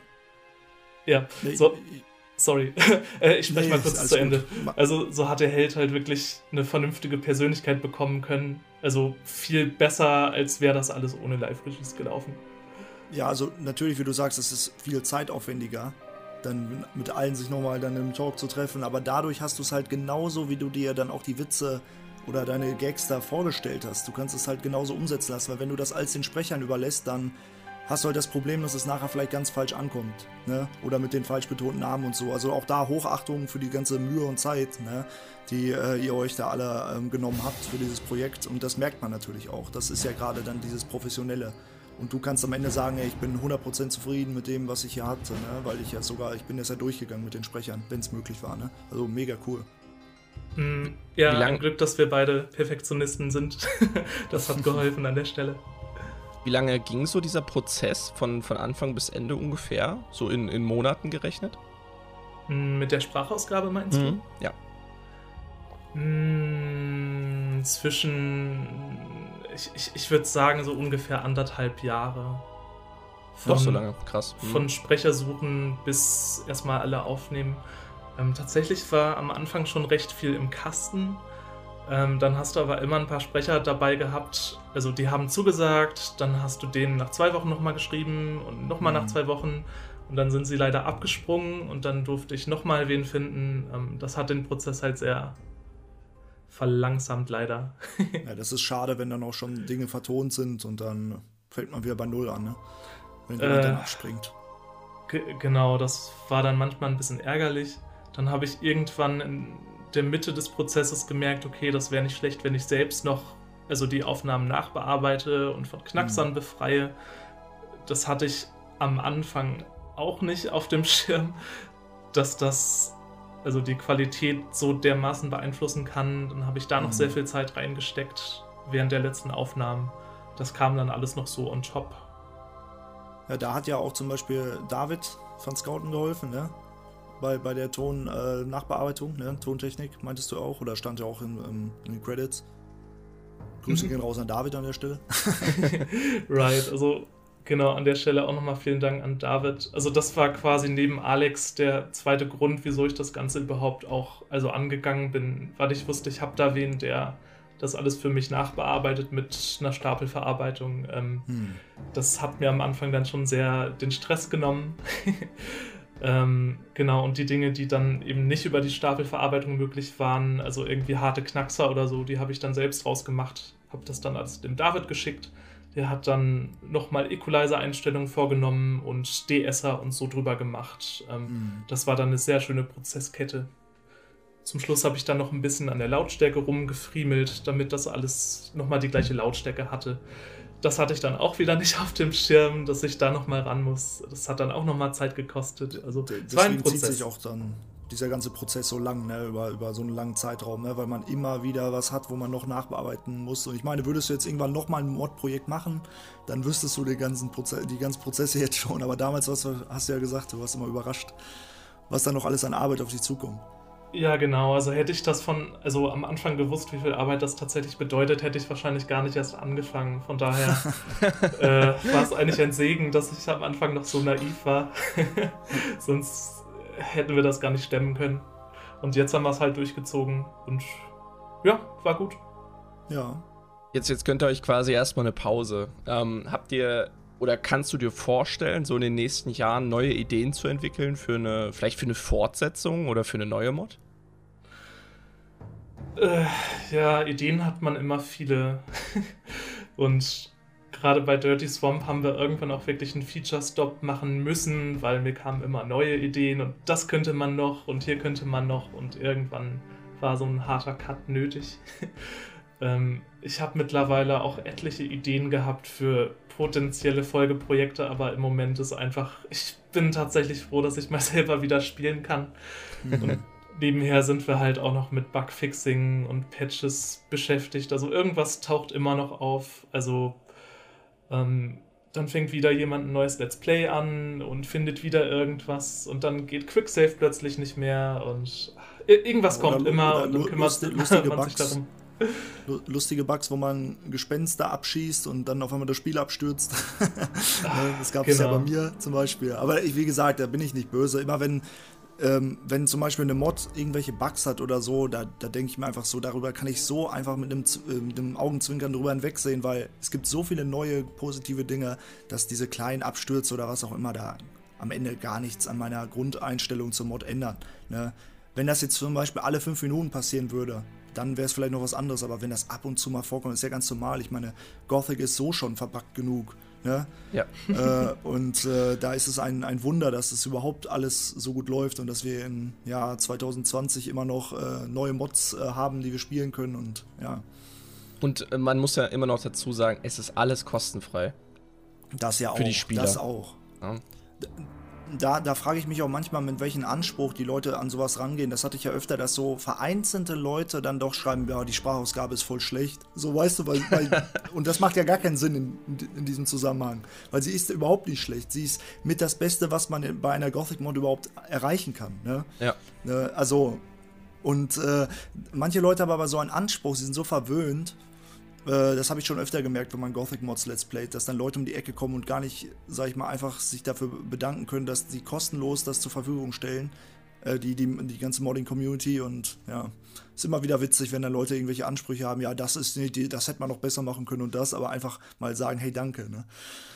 Ja, so... Sorry, ich spreche nee, mal kurz zu Ende. Gut. Also so hat der Held halt wirklich eine vernünftige Persönlichkeit bekommen können. Also viel besser, als wäre das alles ohne Live-Regies gelaufen. Ja, also natürlich, wie du sagst, es ist viel zeitaufwendiger, dann mit allen sich nochmal dann im Talk zu treffen. Aber dadurch hast du es halt genauso, wie du dir dann auch die Witze oder deine Gags da vorgestellt hast. Du kannst es halt genauso umsetzen lassen, weil wenn du das alles den Sprechern überlässt, dann hast du halt das Problem, dass es nachher vielleicht ganz falsch ankommt, ne? Oder mit den falsch betonten Namen und so. Also auch da Hochachtung für die ganze Mühe und Zeit, ne? Die äh, ihr euch da alle ähm, genommen habt für dieses Projekt. Und das merkt man natürlich auch. Das ist ja gerade dann dieses Professionelle. Und du kannst am Ende sagen, ey, ich bin hundert Prozent zufrieden mit dem, was ich hier hatte, ne? Weil ich ja sogar, ich bin jetzt ja durchgegangen mit den Sprechern, wenn es möglich war, ne? Also mega cool. Mm, ja, ein Glück, dass wir beide Perfektionisten sind. Das hat geholfen an der Stelle. Wie lange ging so dieser Prozess von, von Anfang bis Ende ungefähr? So in, in Monaten gerechnet? Mit der Sprachausgabe meinst mhm. du? Ja. Hm, zwischen, ich, ich, ich würde sagen, so ungefähr anderthalb Jahre. Von, Doch so lange, krass. Mhm. Von Sprechersuchen bis erstmal alle aufnehmen. Ähm, tatsächlich war am Anfang schon recht viel im Kasten. Ähm, dann hast du aber immer ein paar Sprecher dabei gehabt, also die haben zugesagt, dann hast du denen nach zwei Wochen nochmal geschrieben und nochmal mhm. nach zwei Wochen und dann sind sie leider abgesprungen und dann durfte ich nochmal wen finden. Ähm, das hat den Prozess halt sehr verlangsamt leider. Ja, das ist schade, wenn dann auch schon Dinge vertont sind und dann fängt man wieder bei Null an, ne? Wenn jemand äh, dann abspringt. G- genau, das war dann manchmal ein bisschen ärgerlich. Dann habe ich irgendwann in der Mitte des Prozesses gemerkt, okay, das wäre nicht schlecht, wenn ich selbst noch also die Aufnahmen nachbearbeite und von Knacksern mhm. befreie. Das hatte ich am Anfang auch nicht auf dem Schirm, dass das also die Qualität so dermaßen beeinflussen kann. Dann habe ich da noch mhm. sehr viel Zeit reingesteckt während der letzten Aufnahmen. Das kam dann alles noch so on top. Ja, da hat ja auch zum Beispiel David von Scouten geholfen, ne? bei, bei der Ton-Nachbearbeitung, äh, ne? Tontechnik, meintest du auch? Oder stand ja auch in, in, in den Credits? Grüße gehen raus an David an der Stelle. Right, also genau, an der Stelle auch nochmal vielen Dank an David. Also das war quasi neben Alex der zweite Grund, wieso ich das Ganze überhaupt auch also angegangen bin, weil ich wusste, ich habe da wen, der das alles für mich nachbearbeitet mit einer Stapelverarbeitung. Ähm, hm. Das hat mir am Anfang dann schon sehr den Stress genommen. ähm, genau, und die Dinge, die dann eben nicht über die Stapelverarbeitung möglich waren, also irgendwie harte Knackser oder so, die habe ich dann selbst rausgemacht, habe das dann als dem David geschickt. Der hat dann nochmal Equalizer-Einstellungen vorgenommen und De-Esser und so drüber gemacht. Ähm, hm. Das war dann eine sehr schöne Prozesskette. Zum Schluss habe ich dann noch ein bisschen an der Lautstärke rumgefriemelt, damit das alles nochmal die gleiche Lautstärke hatte. Das hatte ich dann auch wieder nicht auf dem Schirm, dass ich da nochmal ran muss. Das hat dann auch nochmal Zeit gekostet. Also es war ein Prozess. Zieht sich auch dann dieser ganze Prozess so lang, ne, über, über so einen langen Zeitraum, ne, weil man immer wieder was hat, wo man noch nachbearbeiten muss. Und ich meine, würdest du jetzt irgendwann nochmal ein Mod-Projekt machen, dann wüsstest du die ganzen, Proze- die ganzen Prozesse jetzt schon. Aber damals hast du, hast du ja gesagt, du warst immer überrascht, was da noch alles an Arbeit auf dich zukommt. Ja, genau. Also hätte ich das von, also am Anfang gewusst, wie viel Arbeit das tatsächlich bedeutet, hätte ich wahrscheinlich gar nicht erst angefangen. Von daher äh, war es eigentlich ein Segen, dass ich am Anfang noch so naiv war. Sonst hätten wir das gar nicht stemmen können. Und jetzt haben wir es halt durchgezogen und ja, war gut. Ja. Jetzt, jetzt könnt ihr euch quasi erstmal eine Pause. Ähm, habt ihr oder kannst du dir vorstellen, so in den nächsten Jahren neue Ideen zu entwickeln für eine, vielleicht für eine Fortsetzung oder für eine neue Mod? Äh, ja, Ideen hat man immer viele. Und gerade bei Dirty Swamp haben wir irgendwann auch wirklich einen Feature-Stop machen müssen, weil mir kamen immer neue Ideen und das könnte man noch und hier könnte man noch und irgendwann war so ein harter Cut nötig. ähm, ich habe mittlerweile auch etliche Ideen gehabt für potenzielle Folgeprojekte, aber im Moment ist einfach, ich bin tatsächlich froh, dass ich mal selber wieder spielen kann. Mhm. Und nebenher sind wir halt auch noch mit Bugfixing und Patches beschäftigt. Also irgendwas taucht immer noch auf. Also ähm, dann fängt wieder jemand ein neues Let's Play an und findet wieder irgendwas und dann geht Quicksave plötzlich nicht mehr und ach, irgendwas oder, kommt immer oder und dann kümmert man sich darum. Lustige Bugs, wo man Gespenster abschießt und dann auf einmal das Spiel abstürzt. Das gab es genau. ja bei mir zum Beispiel. Aber ich, wie gesagt, da bin ich nicht böse. Immer wenn, ähm, wenn zum Beispiel eine Mod irgendwelche Bugs hat oder so, da, da denke ich mir einfach so, darüber kann ich so einfach mit einem, äh, mit einem Augenzwinkern drüber hinwegsehen, weil es gibt so viele neue positive Dinge, dass diese kleinen Abstürze oder was auch immer da am Ende gar nichts an meiner Grundeinstellung zur Mod ändern. Ne? Wenn das jetzt zum Beispiel alle fünf Minuten passieren würde, dann wäre es vielleicht noch was anderes, aber wenn das ab und zu mal vorkommt, ist ja ganz normal. Ich meine, Gothic ist so schon verpackt genug. Ne? Ja. äh, und äh, da ist es ein, ein Wunder, dass es überhaupt alles so gut läuft und dass wir im Jahr zwanzig zwanzig immer noch äh, neue Mods äh, haben, die wir spielen können. Und ja. Und äh, man muss ja immer noch dazu sagen, es ist alles kostenfrei. Das ja auch. Für die Spieler. Das auch. Ja. Da, da frage ich mich auch manchmal, mit welchem Anspruch die Leute an sowas rangehen. Das hatte ich ja öfter, dass so vereinzelte Leute dann doch schreiben, ja, die Sprachausgabe ist voll schlecht. So, weißt du, weil, weil und das macht ja gar keinen Sinn in, in diesem Zusammenhang. Weil sie ist überhaupt nicht schlecht. Sie ist mit das Beste, was man bei einer Gothic-Mod überhaupt erreichen kann. Ne? Ja. Ne, also, und äh, manche Leute haben aber so einen Anspruch, sie sind so verwöhnt. Das habe ich schon öfter gemerkt, wenn man Gothic-Mods Let's Playt, dass dann Leute um die Ecke kommen und gar nicht, sag ich mal, einfach sich dafür bedanken können, dass sie kostenlos das zur Verfügung stellen, äh, die, die, die ganze Modding-Community. Und ja, ist immer wieder witzig, wenn dann Leute irgendwelche Ansprüche haben, ja, das ist nicht, das hätte man noch besser machen können und das, aber einfach mal sagen, hey, danke, ne?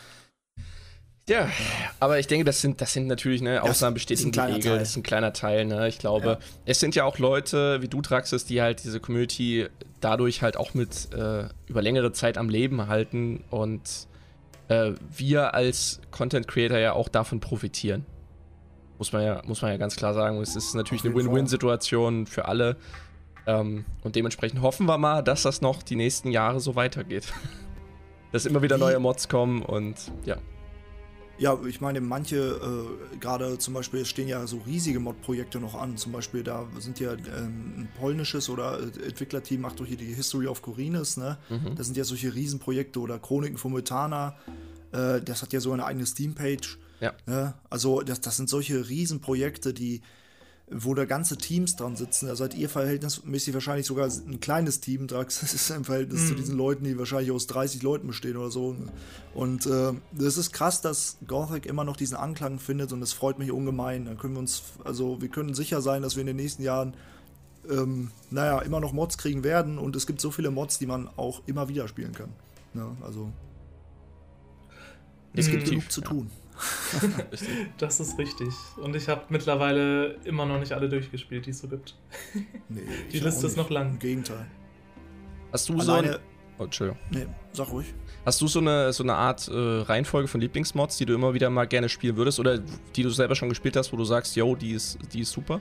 Ja, aber ich denke, das sind, das sind natürlich, ne, Ausnahmen bestätigen die Regel, Teil. Das ist ein kleiner Teil, ne, ich glaube, Ja. Es sind ja auch Leute wie du, Traxis, die halt diese Community dadurch halt auch mit äh, über längere Zeit am Leben halten und äh, wir als Content Creator ja auch davon profitieren. Muss man ja, muss man ja ganz klar sagen, es ist natürlich eine Win-Win-Situation für alle ähm, und dementsprechend hoffen wir mal, dass das noch die nächsten Jahre so weitergeht. Dass immer wieder neue Mods kommen und ja. Ja, ich meine, manche, äh, gerade zum Beispiel, es stehen ja so riesige Mod-Projekte noch an. Zum Beispiel, da sind ja ähm, ein polnisches oder äh, Entwicklerteam macht doch hier die History of Corines, ne? Mhm. Das sind ja solche Riesenprojekte oder Chroniken von Mythana. Äh, das hat ja so eine eigene Steam-Page. Ja. Ne? Also, das, das sind solche Riesenprojekte, die wo da ganze Teams dran sitzen. Da seid ihr verhältnismäßig wahrscheinlich sogar ein kleines Team, Drax. Das ist im Verhältnis mm. zu diesen Leuten, die wahrscheinlich aus dreißig Leuten bestehen oder so. Und äh, das ist krass, dass Gothic immer noch diesen Anklang findet und das freut mich ungemein. Dann können wir uns, also wir können sicher sein, dass wir in den nächsten Jahren ähm, naja, immer noch Mods kriegen werden und es gibt so viele Mods, die man auch immer wieder spielen kann. Ja, also es gibt genug zu tun. Das ist richtig. Und ich habe mittlerweile immer noch nicht alle durchgespielt, die es so gibt. Nee, die Liste ist noch lang. Im Gegenteil. Hast du Alleine, so ein... Oh, Entschuldigung. Nee, sag ruhig. Hast du so eine, so eine Art äh, Reihenfolge von Lieblingsmods, die du immer wieder mal gerne spielen würdest oder die du selber schon gespielt hast, wo du sagst, yo, die ist, die ist super?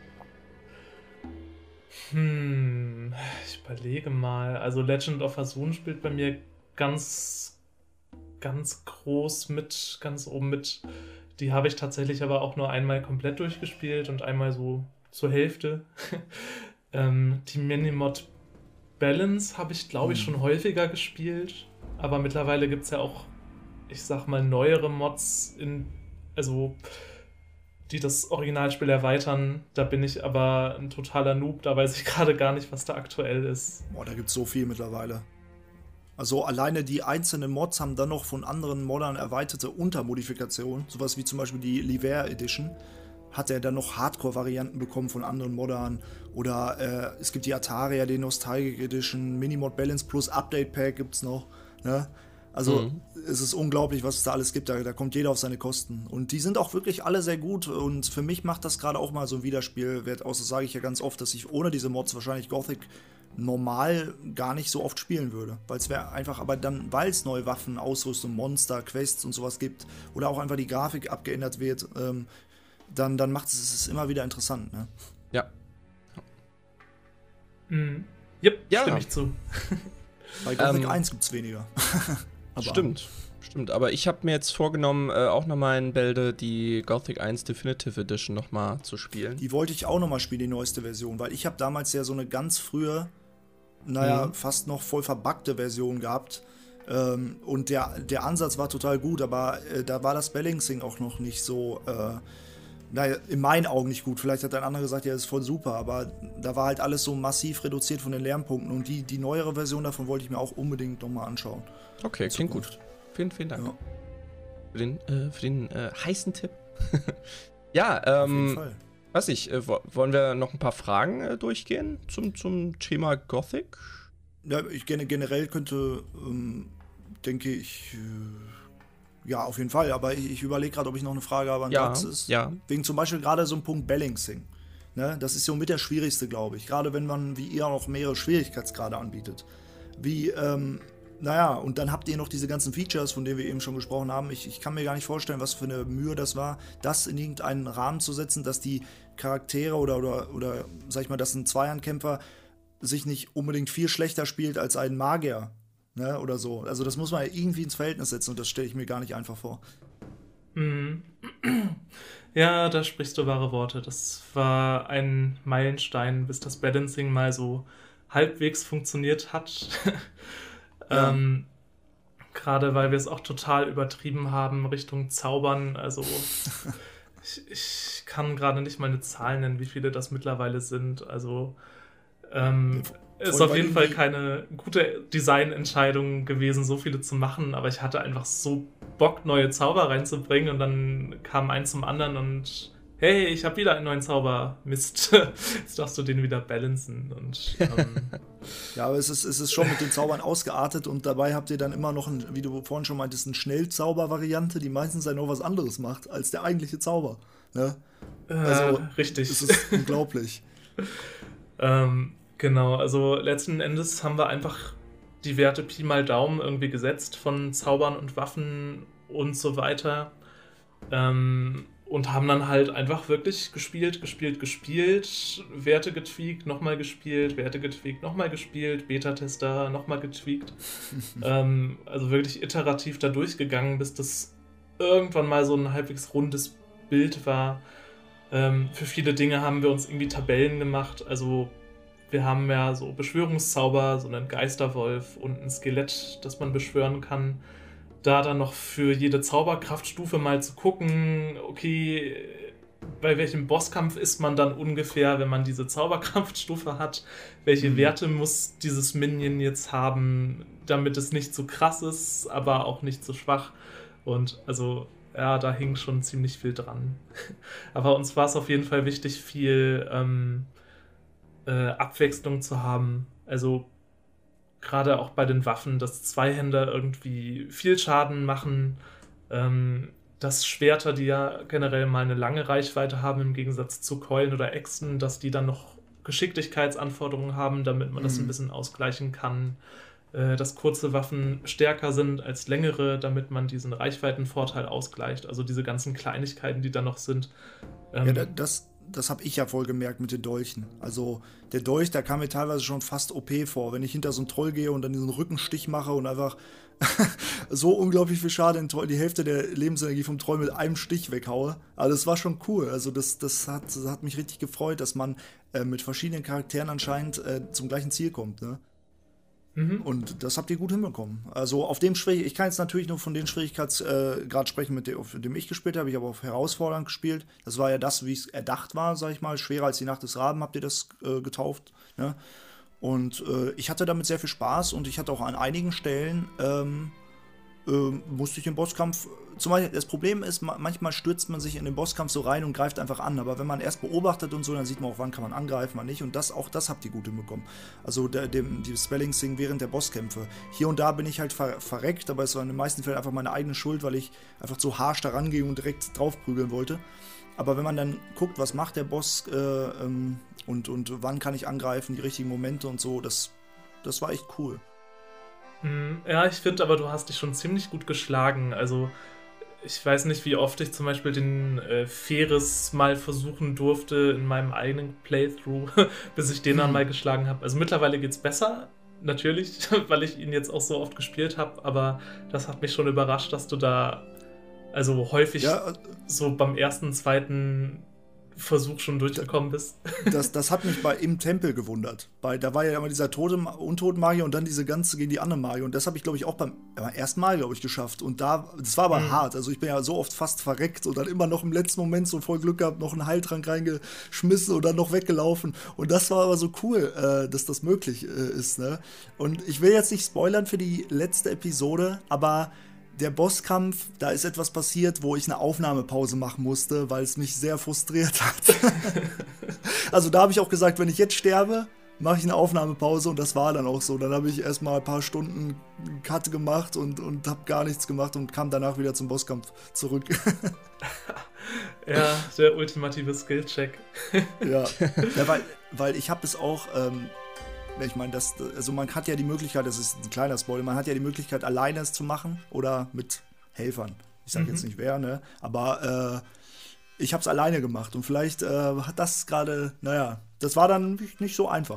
Hm, ich überlege mal. Also Legend of Azun spielt bei mir ganz... ganz groß mit, ganz oben mit. Die habe ich tatsächlich aber auch nur einmal komplett durchgespielt und einmal so zur Hälfte. ähm, die Minimod Balance habe ich, glaube ich, schon häufiger gespielt, aber mittlerweile gibt es ja auch, ich sag mal, neuere Mods, in, also die das Originalspiel erweitern. Da bin ich aber ein totaler Noob, da weiß ich gerade gar nicht, was da aktuell ist. Boah, da gibt es so viel mittlerweile. Also alleine die einzelnen Mods haben dann noch von anderen Moddern erweiterte Untermodifikationen, sowas wie zum Beispiel die Liver Edition, hat er dann noch Hardcore-Varianten bekommen von anderen Moddern oder äh, es gibt die Ataria, die Nostalgic Edition, Minimod Balance plus Update Pack gibt's noch, ne? Also mhm. es ist unglaublich, was es da alles gibt, da, da kommt jeder auf seine Kosten und die sind auch wirklich alle sehr gut und für mich macht das gerade auch mal so ein Wiederspielwert aus, das sage ich ja ganz oft, dass ich ohne diese Mods wahrscheinlich Gothic normal gar nicht so oft spielen würde, weil es wäre einfach, aber dann, weil es neue Waffen, Ausrüstung, Monster, Quests und sowas gibt oder auch einfach die Grafik abgeändert wird, ähm, dann, dann macht es es immer wieder interessant, ne? Ja. Mhm. Yep, ja, stimme ich zu. Bei Gothic ähm, eins gibt es weniger. Aber stimmt, stimmt, aber ich habe mir jetzt vorgenommen, äh, auch nochmal in Bälde die Gothic eins Definitive Edition nochmal zu spielen. Die wollte ich auch nochmal spielen, die neueste Version, weil ich habe damals ja so eine ganz frühe, naja, mhm. fast noch voll verbuggte Version gehabt. Ähm, und der, der Ansatz war total gut, aber äh, da war das Balancing auch noch nicht so, äh, naja, in meinen Augen nicht gut. Vielleicht hat ein anderer gesagt, ja, das ist voll super, aber da war halt alles so massiv reduziert von den Lernpunkten und die, die neuere Version davon wollte ich mir auch unbedingt nochmal anschauen. Okay, klingt gut. Vielen, vielen Dank. Ja. Für den, äh, für den äh, heißen Tipp. Ja, ähm, auf jeden Fall. Weiß ich, äh, wollen wir noch ein paar Fragen äh, durchgehen zum, zum Thema Gothic? Ja, ich generell könnte, ähm, denke ich, äh, ja, auf jeden Fall, aber ich, ich überlege gerade, ob ich noch eine Frage habe an ja, Drax ist. Ja. Wegen zum Beispiel gerade so ein Punkt Balancing. Ne? Das ist so mit der schwierigste, glaube ich. Gerade wenn man, wie ihr, auch mehrere Schwierigkeitsgrade anbietet. Wie, ähm, naja, und dann habt ihr noch diese ganzen Features, von denen wir eben schon gesprochen haben. Ich, ich kann mir gar nicht vorstellen, was für eine Mühe das war, das in irgendeinen Rahmen zu setzen, dass die Charaktere oder, oder, oder sag ich mal, dass ein Zweihandkämpfer sich nicht unbedingt viel schlechter spielt als ein Magier, ne, oder so. Also das muss man irgendwie ins Verhältnis setzen und das stelle ich mir gar nicht einfach vor. Mhm. Ja, da sprichst du wahre Worte. Das war ein Meilenstein, bis das Balancing mal so halbwegs funktioniert hat. Ja. ähm, Gerade weil wir es auch total übertrieben haben Richtung Zaubern. Also ich, ich kann gerade nicht mal eine Zahl nennen, wie viele das mittlerweile sind. Also ähm, ist auf jeden Fall keine gute Designentscheidung gewesen, so viele zu machen, aber ich hatte einfach so Bock, neue Zauber reinzubringen und dann kam eins zum anderen und hey, ich habe wieder einen neuen Zauber. Mist, jetzt darfst du den wieder balancen. Und, ähm ja, aber es ist, es ist schon mit den Zaubern ausgeartet und dabei habt ihr dann immer noch, ein, wie du vorhin schon meintest, eine Schnellzauber-Variante, die meistens ja noch was anderes macht als der eigentliche Zauber. Ne? Also, äh, richtig. Das ist unglaublich. ähm, genau, also letzten Endes haben wir einfach die Werte Pi mal Daumen irgendwie gesetzt von Zaubern und Waffen und so weiter. Ähm, und haben dann halt einfach wirklich gespielt, gespielt, gespielt, Werte getweakt, nochmal gespielt, Werte getweakt, nochmal gespielt, Beta-Tester nochmal getweakt. ähm, also wirklich iterativ da durchgegangen, bis das irgendwann mal so ein halbwegs rundes Bild war. Ähm, für viele Dinge haben wir uns irgendwie Tabellen gemacht, also wir haben ja so Beschwörungszauber, so einen Geisterwolf und ein Skelett, das man beschwören kann. Da dann noch für jede Zauberkraftstufe mal zu gucken, okay, bei welchem Bosskampf ist man dann ungefähr, wenn man diese Zauberkraftstufe hat? Welche mhm. Werte muss dieses Minion jetzt haben, damit es nicht zu krass ist, aber auch nicht zu schwach? Und also, ja, da hing schon ziemlich viel dran. Aber uns war es auf jeden Fall wichtig, viel ähm, äh, Abwechslung zu haben. Also gerade auch bei den Waffen, dass Zweihänder irgendwie viel Schaden machen, ähm, dass Schwerter, die ja generell mal eine lange Reichweite haben, im Gegensatz zu Keulen oder Äxten, dass die dann noch Geschicklichkeitsanforderungen haben, damit man mhm. das ein bisschen ausgleichen kann. Äh, dass kurze Waffen stärker sind als längere, damit man diesen Reichweitenvorteil ausgleicht. Also diese ganzen Kleinigkeiten, die da noch sind. Ähm, ja, das, das habe ich ja voll gemerkt mit den Dolchen. Also der Dolch, der kam mir teilweise schon fast O P vor. Wenn ich hinter so einen Troll gehe und dann diesen Rückenstich mache und einfach so unglaublich viel Schaden, die Hälfte der Lebensenergie vom Troll mit einem Stich weghaue. Also das war schon cool. Also das, das, hat, das hat mich richtig gefreut, dass man äh, mit verschiedenen Charakteren anscheinend äh, zum gleichen Ziel kommt, ne? Mhm. Und das habt ihr gut hinbekommen. Also auf dem Schwierig, ich kann jetzt natürlich nur von den Schwierigkeitsgrad äh, sprechen, mit dem, auf dem ich gespielt habe. Ich habe auf herausfordernd gespielt. Das war ja das, wie es erdacht war, sag ich mal. Schwerer als die Nacht des Raben habt ihr das äh, getauft, ne? Und äh, ich hatte damit sehr viel Spaß und ich hatte auch an einigen Stellen ähm, äh, musste ich im Bosskampf, zum Beispiel, das Problem ist, manchmal stürzt man sich in den Bosskampf so rein und greift einfach an, aber wenn man erst beobachtet und so, dann sieht man auch, wann kann man angreifen, wann nicht, und das, auch das habt ihr gut hinbekommen. Also der, dem, die Spelling-Sing während der Bosskämpfe. Hier und da bin ich halt ver verreckt, aber es war in den meisten Fällen einfach meine eigene Schuld, weil ich einfach so harsch da rangehe und direkt draufprügeln wollte. Aber wenn man dann guckt, was macht der Boss äh, ähm, und, und wann kann ich angreifen, die richtigen Momente und so, das, das war echt cool. Ja, ich finde aber, du hast dich schon ziemlich gut geschlagen. Also ich weiß nicht, wie oft ich zum Beispiel den äh, Ferris mal versuchen durfte in meinem eigenen Playthrough, bis ich den hm. dann mal geschlagen habe. Also mittlerweile geht's besser, natürlich, weil ich ihn jetzt auch so oft gespielt habe, aber das hat mich schon überrascht, dass du da also häufig ja, so beim ersten, zweiten Versuch schon durchgekommen bist. Das, das hat mich bei Im Tempel gewundert. Bei, da war ja immer dieser tote Untoten-Magier und dann diese ganze gegen die anderen Magier. Und das habe ich, glaube ich, auch beim, beim ersten Mal, glaube ich, geschafft. Und da, das war aber mhm. hart. Also ich bin ja so oft fast verreckt und dann immer noch im letzten Moment so voll Glück gehabt, noch einen Heiltrank reingeschmissen und dann noch weggelaufen. Und das war aber so cool, äh, dass das möglich äh, ist. Ne? Und ich will jetzt nicht spoilern für die letzte Episode, aber der Bosskampf, da ist etwas passiert, wo ich eine Aufnahmepause machen musste, weil es mich sehr frustriert hat. Also da habe ich auch gesagt, wenn ich jetzt sterbe, mache ich eine Aufnahmepause, und das war dann auch so. Dann habe ich erstmal ein paar Stunden Cut gemacht und, und habe gar nichts gemacht und kam danach wieder zum Bosskampf zurück. Ja, der ultimative Skill-Check. Ja, ja weil, weil ich habe es auch... Ähm, Ich meine, das, also man hat ja die Möglichkeit, das ist ein kleiner Spoiler, man hat ja die Möglichkeit, alleine es zu machen oder mit Helfern. Ich sage mhm. jetzt nicht wer, ne? Aber äh, ich habe es alleine gemacht und vielleicht äh, hat das gerade, naja, das war dann nicht so einfach.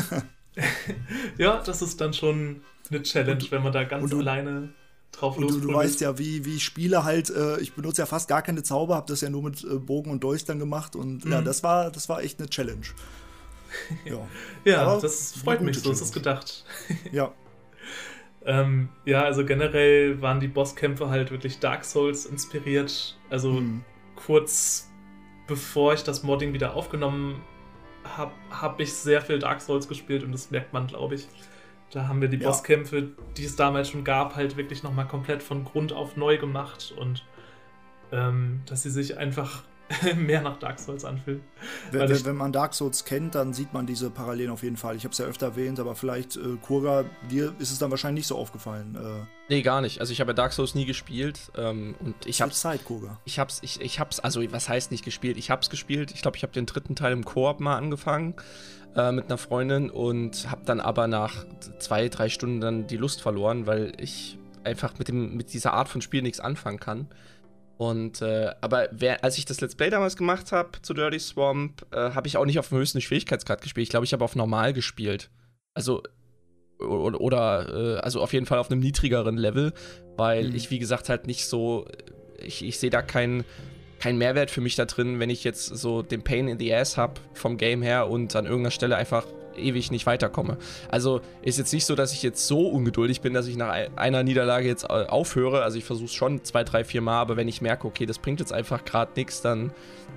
Ja, das ist dann schon eine Challenge, und, wenn man da ganz du, alleine drauf losprobiert. Du, du weißt ja, wie, wie ich spiele halt, äh, ich benutze ja fast gar keine Zauber, habe das ja nur mit äh, Bogen und Dolch dann gemacht und mhm. ja, das war, das war echt eine Challenge. Ja, ja, das freut mich, so ist es gedacht. Ja. ähm, ja, also generell waren die Bosskämpfe halt wirklich Dark Souls inspiriert. Also mhm. kurz bevor ich das Modding wieder aufgenommen habe, habe ich sehr viel Dark Souls gespielt und das merkt man, glaube ich. Da haben wir die ja. Bosskämpfe, die es damals schon gab, halt wirklich nochmal komplett von Grund auf neu gemacht und ähm, dass sie sich einfach mehr nach Dark Souls anfühlen. Wenn, wenn, wenn man Dark Souls kennt, dann sieht man diese Parallelen auf jeden Fall. Ich habe es ja öfter erwähnt, aber vielleicht, äh, Kurga, dir ist es dann wahrscheinlich nicht so aufgefallen. Äh. Nee, gar nicht. Also ich habe ja Dark Souls nie gespielt. Ähm, und ich hab's Zeit, Kurga. Ich hab's, ich, ich hab's, also was heißt nicht gespielt? Ich hab's gespielt. Ich glaube, ich habe den dritten Teil im Koop mal angefangen äh, mit einer Freundin und habe dann aber nach zwei, drei Stunden dann die Lust verloren, weil ich einfach mit, dem, mit dieser Art von Spiel nichts anfangen kann. Und, äh, aber wer, als ich das Let's Play damals gemacht habe zu Dirty Swamp, äh, habe ich auch nicht auf dem höchsten Schwierigkeitsgrad gespielt. Ich glaube, ich habe auf normal gespielt. Also, oder, oder äh, also auf jeden Fall auf einem niedrigeren Level, weil mhm. ich, wie gesagt, halt nicht so, ich, ich sehe da keinen kein Mehrwert für mich da drin, wenn ich jetzt so den Pain in the Ass habe vom Game her und an irgendeiner Stelle einfach ewig nicht weiterkomme. Also ist jetzt nicht so, dass ich jetzt so ungeduldig bin, dass ich nach einer Niederlage jetzt aufhöre. Also ich versuche es schon zwei, drei, vier Mal, aber wenn ich merke, okay, das bringt jetzt einfach gerade nichts, dann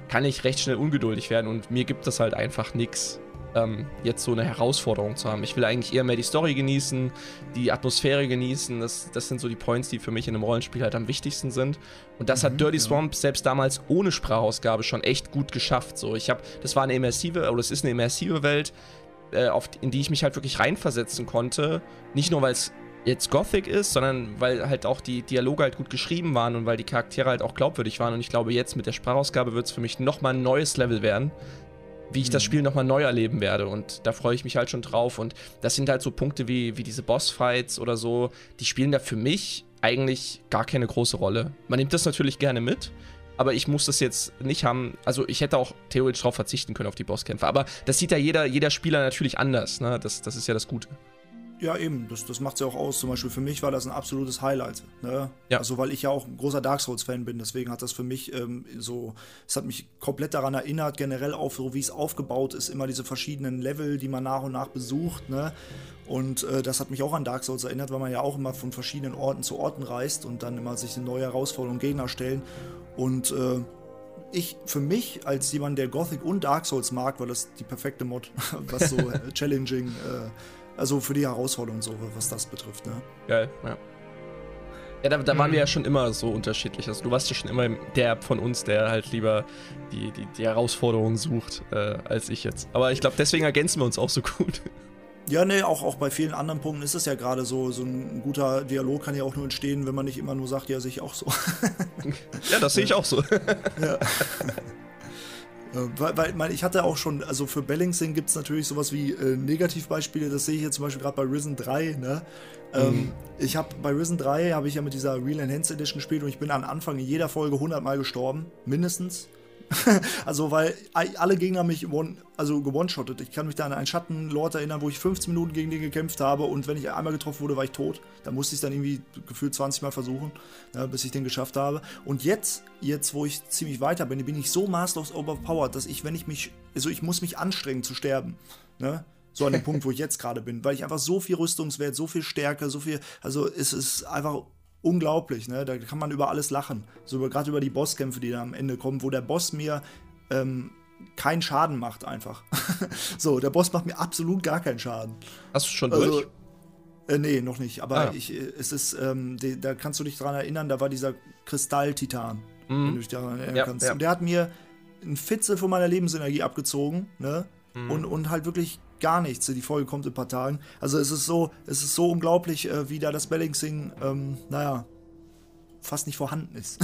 kann ich recht schnell ungeduldig werden und mir gibt das halt einfach nichts, ähm, jetzt so eine Herausforderung zu haben. Ich will eigentlich eher mehr die Story genießen, die Atmosphäre genießen, das, das sind so die Points, die für mich in einem Rollenspiel halt am wichtigsten sind. Und das mhm, hat Dirty ja. Swamp selbst damals ohne Sprachausgabe schon echt gut geschafft. So, ich habe, das war eine immersive, oder es ist eine immersive Welt, äh, auf, in die ich mich halt wirklich reinversetzen konnte. Nicht nur, weil es jetzt Gothic ist, sondern weil halt auch die Dialoge halt gut geschrieben waren und weil die Charaktere halt auch glaubwürdig waren. Und ich glaube, jetzt mit der Sprachausgabe wird es für mich nochmal ein neues Level werden, wie ich mhm. das Spiel nochmal neu erleben werde. Und da freue ich mich halt schon drauf. Und das sind halt so Punkte wie, wie diese Bossfights oder so, die spielen da für mich eigentlich gar keine große Rolle. Man nimmt das natürlich gerne mit, aber ich muss das jetzt nicht haben. Also ich hätte auch theoretisch darauf verzichten können, auf die Bosskämpfe. Aber das sieht ja jeder, jeder Spieler natürlich anders, ne? Das, das ist ja das Gute. Ja, eben, das, das macht es ja auch aus. Zum Beispiel für mich war das ein absolutes Highlight. Ne? Ja. Also, weil ich ja auch ein großer Dark Souls-Fan bin, deswegen hat das für mich ähm, so, es hat mich komplett daran erinnert, generell auch so, wie es aufgebaut ist, immer diese verschiedenen Level, die man nach und nach besucht. Ne? Und äh, das hat mich auch an Dark Souls erinnert, weil man ja auch immer von verschiedenen Orten zu Orten reist und dann immer sich eine neue Herausforderung und Gegner stellen. Und äh, ich, für mich, als jemand, der Gothic und Dark Souls mag, war das die perfekte Mod, was so challenging äh, also für die Herausforderung so, was das betrifft, ne? Geil, ja. Ja, da, da mhm. waren wir ja schon immer so unterschiedlich. Also du warst ja schon immer der von uns, der halt lieber die, die, die Herausforderung sucht, äh, als ich jetzt. Aber ich glaube, deswegen ergänzen wir uns auch so gut. Ja, ne, auch, auch bei vielen anderen Punkten ist es ja gerade so, so ein guter Dialog kann ja auch nur entstehen, wenn man nicht immer nur sagt, ja, sehe ich auch so. Ja, das sehe ich auch so. Ja. Weil, weil ich hatte auch schon, also für Balancing gibt es natürlich sowas wie äh, Negativbeispiele, das sehe ich jetzt zum Beispiel gerade bei Risen drei, ne? Mhm. Ähm, ich habe bei Risen drei, habe ich ja mit dieser Real Enhanced Edition gespielt und ich bin am Anfang in jeder Folge hundert Mal gestorben, mindestens. Also, weil alle Gegner mich one, also gewone-shottet. Ich kann mich da an einen Schattenlord erinnern, wo ich fünfzehn Minuten gegen den gekämpft habe und wenn ich einmal getroffen wurde, war ich tot. Da musste ich es dann irgendwie gefühlt zwanzig Mal versuchen, ja, bis ich den geschafft habe. Und jetzt, jetzt, wo ich ziemlich weiter bin, bin ich so maßlos overpowered, dass ich, wenn ich mich, also ich muss mich anstrengen zu sterben, ne? So an dem Punkt, wo ich jetzt gerade bin, weil ich einfach so viel Rüstungswert, so viel Stärke, so viel, also es ist einfach unglaublich, ne? Da kann man über alles lachen. So gerade über die Bosskämpfe, die da am Ende kommen, wo der Boss mir ähm, keinen Schaden macht einfach. So, der Boss macht mir absolut gar keinen Schaden. Hast du schon also, durch? Äh, nee, noch nicht. Aber ah. ich, es ist, ähm, die, da kannst du dich dran erinnern, da war dieser Kristall-Titan, mhm. wenn du dich daran erinnern ja, kannst. Ja. Und der hat mir einen Fitzel von meiner Lebensenergie abgezogen, ne? Mhm. Und, und halt wirklich gar nichts. Die Folge kommt in ein paar Tagen. Also es ist so, es ist so unglaublich, äh, wie da das Balancing, ähm, naja, fast nicht vorhanden ist.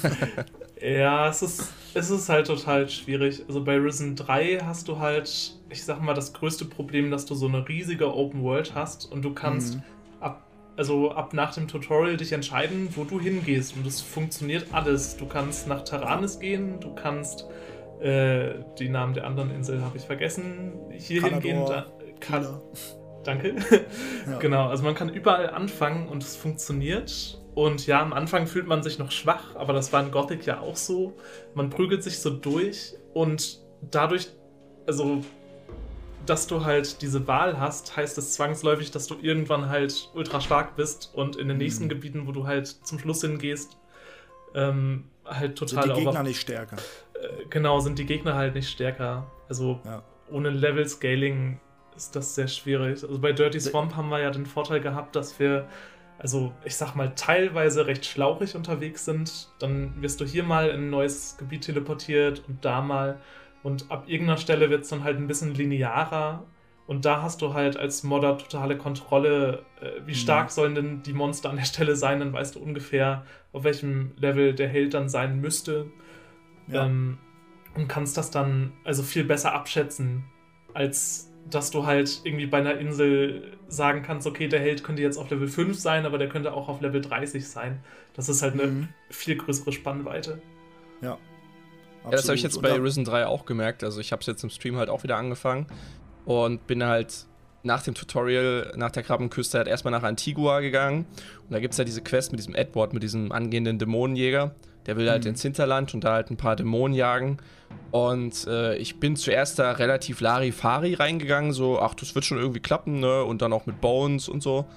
Ja, es ist, es ist halt total schwierig. Also bei Risen drei hast du halt, ich sag mal, das größte Problem, dass du so eine riesige Open World hast und du kannst mhm. ab, also ab nach dem Tutorial dich entscheiden, wo du hingehst und es funktioniert alles. Du kannst nach Taranis gehen, du kannst äh, die Namen der anderen Insel habe ich vergessen, hier hingehen. Da, kann, danke. Ja. Genau, also man kann überall anfangen und es funktioniert. Und ja, am Anfang fühlt man sich noch schwach, aber das war in Gothic ja auch so. Man prügelt sich so durch und dadurch, also, dass du halt diese Wahl hast, heißt es zwangsläufig, dass du irgendwann halt ultra stark bist und in den mhm. nächsten Gebieten, wo du halt zum Schluss hingehst, ähm, halt total... Sind die Gegner auf, nicht stärker? Äh, genau, sind die Gegner halt nicht stärker. Also ja. ohne Level-Scaling ist das sehr schwierig. Also bei Dirty Swamp haben wir ja den Vorteil gehabt, dass wir... also ich sag mal, teilweise recht schlauchig unterwegs sind, dann wirst du hier mal in ein neues Gebiet teleportiert und da mal und ab irgendeiner Stelle wird es dann halt ein bisschen linearer und da hast du halt als Modder totale Kontrolle, äh, wie stark mhm. sollen denn die Monster an der Stelle sein, dann weißt du ungefähr, auf welchem Level der Held dann sein müsste ja. ähm, und kannst das dann also viel besser abschätzen, als dass du halt irgendwie bei einer Insel sagen kannst, okay, der Held könnte jetzt auf Level fünf sein, aber der könnte auch auf Level dreißig sein. Das ist halt eine mhm. viel größere Spannweite. Ja. Ja, das habe ich jetzt bei Risen drei auch gemerkt. Also ich habe es jetzt im Stream halt auch wieder angefangen und bin halt nach dem Tutorial, nach der Krabbenküste halt erstmal nach Antigua gegangen. Und da gibt es ja diese Quest mit diesem Edward, mit diesem angehenden Dämonenjäger. Der will halt mhm. ins Hinterland und da halt ein paar Dämonen jagen. Und äh, ich bin zuerst da relativ Larifari reingegangen, so, ach, das wird schon irgendwie klappen, ne? Und dann auch mit Bones und so.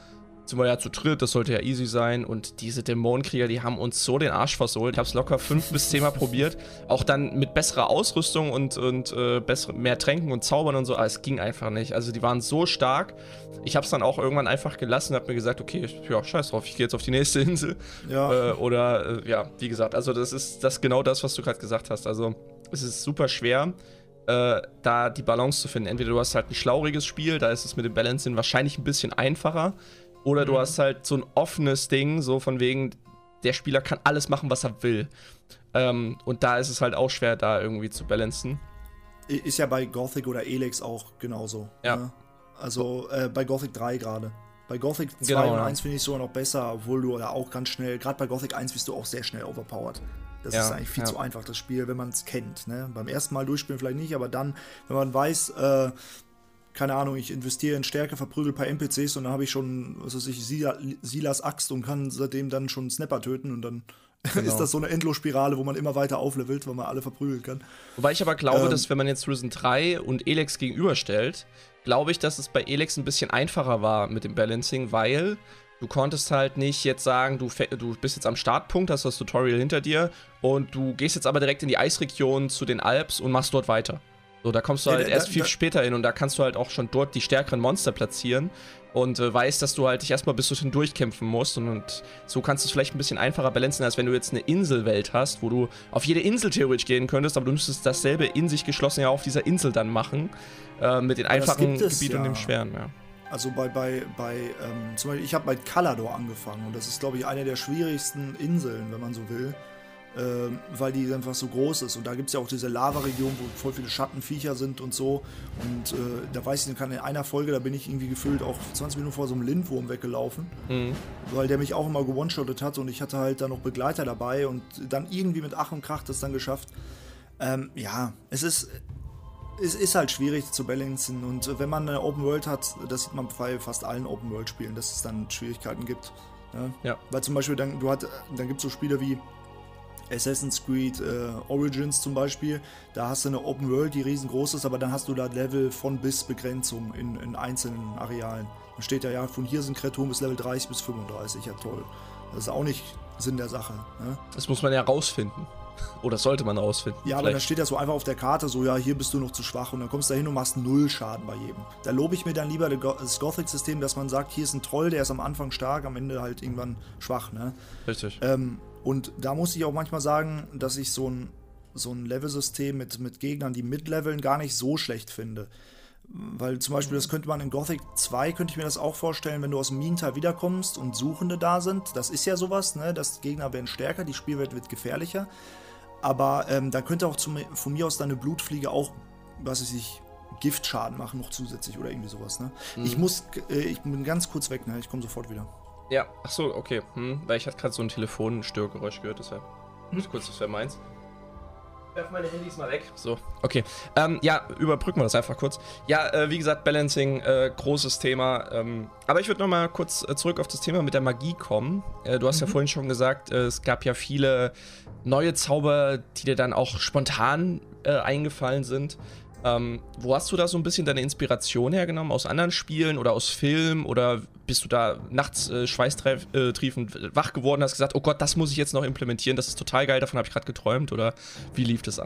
sind wir ja zu dritt, das sollte ja easy sein. Und diese Dämonenkrieger, die haben uns so den Arsch versohlt. Ich habe es locker fünf bis zehn Mal probiert. Auch dann mit besserer Ausrüstung und, und äh, bessere, mehr Tränken und Zaubern und so. Aber es ging einfach nicht. Also die waren so stark. Ich habe es dann auch irgendwann einfach gelassen und habe mir gesagt, okay, ja, scheiß drauf, ich gehe jetzt auf die nächste Insel. Ja. Äh, oder, äh, ja, wie gesagt, also das ist das genau das, was du gerade gesagt hast. Also es ist super schwer, äh, da die Balance zu finden. Entweder du hast halt ein schlauriges Spiel, da ist es mit dem Balancing wahrscheinlich ein bisschen einfacher. Oder du hast halt so ein offenes Ding, so von wegen, der Spieler kann alles machen, was er will. Ähm, und da ist es halt auch schwer, da irgendwie zu balancen. Ist ja bei Gothic oder Elex auch genauso. Ja. Ne? Also äh, bei Gothic drei gerade. Bei Gothic zwei Genau, und ja. eins finde ich sogar noch besser, obwohl du da auch ganz schnell, gerade bei Gothic eins bist du auch sehr schnell overpowered. Das Ja, ist eigentlich viel ja. zu einfach, das Spiel, wenn man es kennt. Ne? Beim ersten Mal durchspielen vielleicht nicht, aber dann, wenn man weiß, äh, keine Ahnung, ich investiere in Stärke, verprügel ein paar N P Cs und dann habe ich schon, was weiß ich, Sila, Silas Axt und kann seitdem dann schon Snapper töten und dann Genau. ist das so eine Endlosspirale, wo man immer weiter auflevelt, weil man alle verprügeln kann. Wobei ich aber glaube, Ähm. dass wenn man jetzt Risen drei und Elex gegenüberstellt, glaube ich, dass es bei Elex ein bisschen einfacher war mit dem Balancing, weil du konntest halt nicht jetzt sagen, du, du bist jetzt am Startpunkt, hast das Tutorial hinter dir und du gehst jetzt aber direkt in die Eisregion zu den Alps und machst dort weiter. So, da kommst du Ja, halt da- erst da- viel da- später hin und da kannst du halt auch schon dort die stärkeren Monster platzieren und äh, weißt, dass du halt dich erstmal bis dorthin durchkämpfen musst und, und so kannst du es vielleicht ein bisschen einfacher balancen, als wenn du jetzt eine Inselwelt hast, wo du auf jede Insel theoretisch gehen könntest, aber du müsstest dasselbe in sich geschlossen ja auf dieser Insel dann machen, äh, mit den Aber das einfachen gibt es Gebieten und ja. dem schweren, ja. Also bei, bei, bei ähm, zum Beispiel, ich habe bei Kalador angefangen und das ist, glaube ich, eine der schwierigsten Inseln, wenn man so will, ähm, weil die einfach so groß ist. Und da gibt es ja auch diese Lava-Region, wo voll viele Schattenviecher sind und so. Und äh, da weiß ich, in einer Folge, da bin ich irgendwie gefühlt auch zwanzig Minuten vor so einem Lindwurm weggelaufen, Mhm. weil der mich auch immer gewone-shottet hat und ich hatte halt dann noch Begleiter dabei und dann irgendwie mit Ach und Krach das dann geschafft. Ähm, ja, es ist... Es ist halt schwierig zu balancen und äh, wenn man eine Open World hat, das sieht man bei fast allen Open World Spielen, dass es dann Schwierigkeiten gibt. Ne? Ja. Weil zum Beispiel dann, du hat, dann gibt es so Spiele wie Assassin's Creed äh, Origins zum Beispiel, da hast du eine Open World, die riesengroß ist, aber dann hast du da Level von bis Begrenzung in, in einzelnen Arealen. Da steht ja, ja, von hier sind Kreaturen bis Level dreißig bis fünfunddreißig, ja toll. Das ist auch nicht Sinn der Sache. Ne? Das muss man ja rausfinden. Oder sollte man rausfinden. Ja, aber dann vielleicht. steht das so einfach auf der Karte, so, ja, hier bist du noch zu schwach und dann kommst du da hin und machst null Schaden bei jedem. Da lobe ich mir dann lieber das Gothic-System, dass man sagt, hier ist ein Troll, der ist am Anfang stark, am Ende halt irgendwann schwach, ne? Richtig. Ähm, und da muss ich auch manchmal sagen, dass ich so ein, so ein Level-System mit, mit Gegnern, die mitleveln, gar nicht so schlecht finde. Weil zum Beispiel, das könnte man in Gothic zwei, könnte ich mir das auch vorstellen, wenn du aus dem Minental wiederkommst und Suchende da sind. Das ist ja sowas, ne? Das Gegner werden stärker, die Spielwelt wird gefährlicher. Aber ähm, da könnte auch zum, von mir aus deine Blutfliege auch, was weiß ich, Giftschaden machen, noch zusätzlich oder irgendwie sowas, ne? Mhm. Ich muss, äh, ich bin ganz kurz weg, ne? Ich komme sofort wieder. Ja, ach so, okay. Hm, weil ich hatte gerade so ein Telefonstörgeräusch gehört, deshalb. Hm? Kurz, das wäre meins. Werf meine Handys mal weg. So, okay. Ähm, ja, überbrücken wir das einfach kurz. Ja, äh, wie gesagt, Balancing, äh, großes Thema. Ähm, aber ich würde noch mal kurz äh, zurück auf das Thema mit der Magie kommen. Äh, du hast Mhm. ja vorhin schon gesagt, äh, es gab ja viele neue Zauber, die dir dann auch spontan äh, eingefallen sind. Ähm, wo hast du da so ein bisschen deine Inspiration hergenommen? Aus anderen Spielen oder aus Filmen? Oder bist du da nachts äh, schweißtriefend wach geworden und hast gesagt, oh Gott, das muss ich jetzt noch implementieren, das ist total geil, davon habe ich gerade geträumt? Oder wie lief das ab?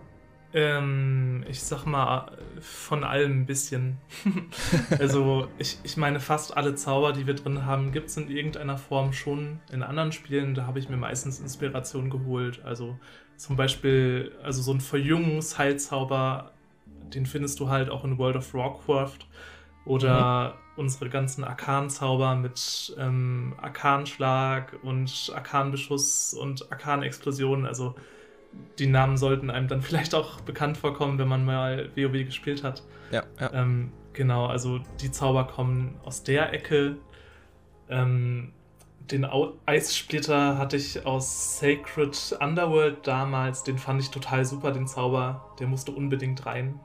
Ähm, ich sag mal, von allem ein bisschen. Also, ich, ich meine, fast alle Zauber, die wir drin haben, gibt es in irgendeiner Form schon in anderen Spielen. Da habe ich mir meistens Inspiration geholt. Also zum Beispiel, also so ein Verjüngungs-Heilzauber, den findest du halt auch in World of Warcraft. Oder mhm. unsere ganzen Arkan-Zauber mit ähm, Arkanschlag und Arkanbeschuss und Arkanexplosion. Also die Namen sollten einem dann vielleicht auch bekannt vorkommen, wenn man mal WoW gespielt hat. Ja, ja. Ähm, genau, also die Zauber kommen aus der Ecke. Ähm, den Au- Eissplitter hatte ich aus Sacred Underworld damals. Den fand ich total super, den Zauber. Der musste unbedingt rein.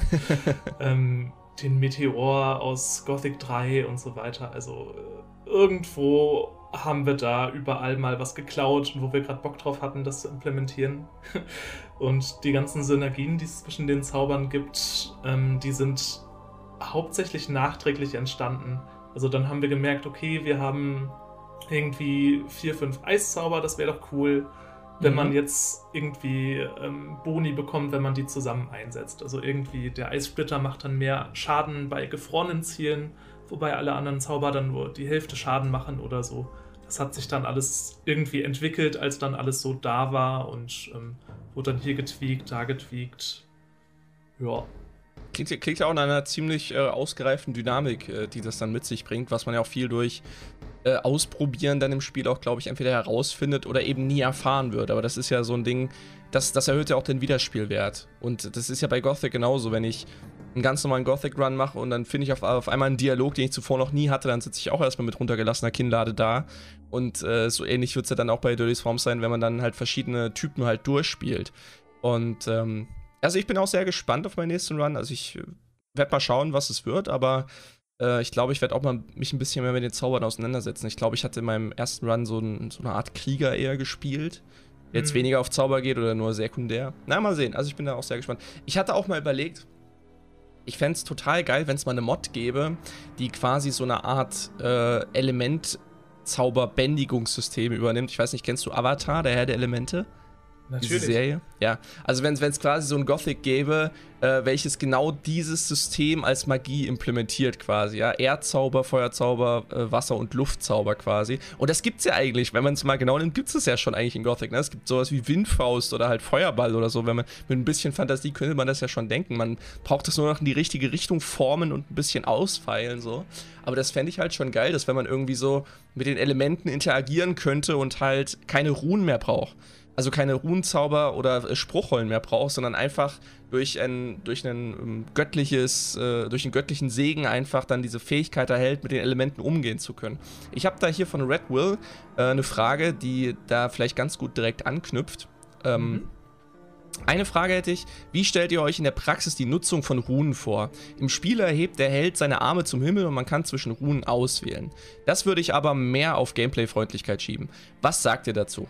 ähm, den Meteor aus Gothic drei und so weiter. Also äh, irgendwo haben wir da überall mal was geklaut, wo wir gerade Bock drauf hatten, das zu implementieren. Und die ganzen Synergien, die es zwischen den Zaubern gibt, ähm, die sind hauptsächlich nachträglich entstanden. Also dann haben wir gemerkt, okay, wir haben irgendwie vier, fünf Eiszauber, das wäre doch cool, wenn mhm. man jetzt irgendwie ähm, Boni bekommt, wenn man die zusammen einsetzt. Also irgendwie der Eissplitter macht dann mehr Schaden bei gefrorenen Zielen, wobei alle anderen Zauber dann nur die Hälfte Schaden machen oder so. Das hat sich dann alles irgendwie entwickelt, als dann alles so da war und ähm, wurde dann hier getweakt, da getweakt. Ja. Klingt, klingt ja auch nach einer ziemlich äh, ausgereiften Dynamik, äh, die das dann mit sich bringt, was man ja auch viel durch äh, Ausprobieren dann im Spiel auch, glaube ich, entweder herausfindet oder eben nie erfahren wird. Aber das ist ja so ein Ding, das, das erhöht ja auch den Wiederspielwert. Und das ist ja bei Gothic genauso, wenn ich einen ganz normalen Gothic-Run mache und dann finde ich auf, auf einmal einen Dialog, den ich zuvor noch nie hatte, dann sitze ich auch erstmal mit runtergelassener Kinnlade da. Und äh, so ähnlich wird es ja dann auch bei Dirty Swarm sein, wenn man dann halt verschiedene Typen halt durchspielt. Und ähm, also ich bin auch sehr gespannt auf meinen nächsten Run. Also ich äh, werde mal schauen, was es wird, aber äh, ich glaube, ich werde auch mal mich ein bisschen mehr mit den Zaubern auseinandersetzen. Ich glaube, ich hatte in meinem ersten Run so, ein, so eine Art Krieger eher gespielt, der jetzt mhm. weniger auf Zauber geht oder nur sekundär. Na, mal sehen. Also ich bin da auch sehr gespannt. Ich hatte auch mal überlegt, ich fände es total geil, wenn es mal eine Mod gäbe, die quasi so eine Art äh, Element-Zauber-Bändigungssystem übernimmt. Ich weiß nicht, kennst du Avatar, der Herr der Elemente? Natürlich. Diese Serie? Ja. Also wenn es quasi so ein Gothic gäbe, äh, welches genau dieses System als Magie implementiert quasi, ja. Erdzauber, Feuerzauber, äh, Wasser- und Luftzauber quasi. Und das gibt's ja eigentlich, wenn man es mal genau nimmt, gibt's es ja schon eigentlich in Gothic, ne? Es gibt sowas wie Windfaust oder halt Feuerball oder so. Wenn man mit ein bisschen Fantasie könnte man das ja schon denken. Man braucht es nur noch in die richtige Richtung formen und ein bisschen ausfeilen, so. Aber das fände ich halt schon geil, dass wenn man irgendwie so mit den Elementen interagieren könnte und halt keine Runen mehr braucht. Also keine Runenzauber oder äh, Spruchrollen mehr brauchst, sondern einfach durch ein durch ein ähm, göttliches, äh, durch einen göttlichen Segen einfach dann diese Fähigkeit erhält, mit den Elementen umgehen zu können. Ich habe da hier von Red Will äh, eine Frage, die da vielleicht ganz gut direkt anknüpft. Ähm, mhm. Eine Frage hätte ich: Wie stellt ihr euch in der Praxis die Nutzung von Runen vor? Im Spiel erhebt der Held seine Arme zum Himmel und man kann zwischen Runen auswählen. Das würde ich aber mehr auf Gameplay-Freundlichkeit schieben. Was sagt ihr dazu?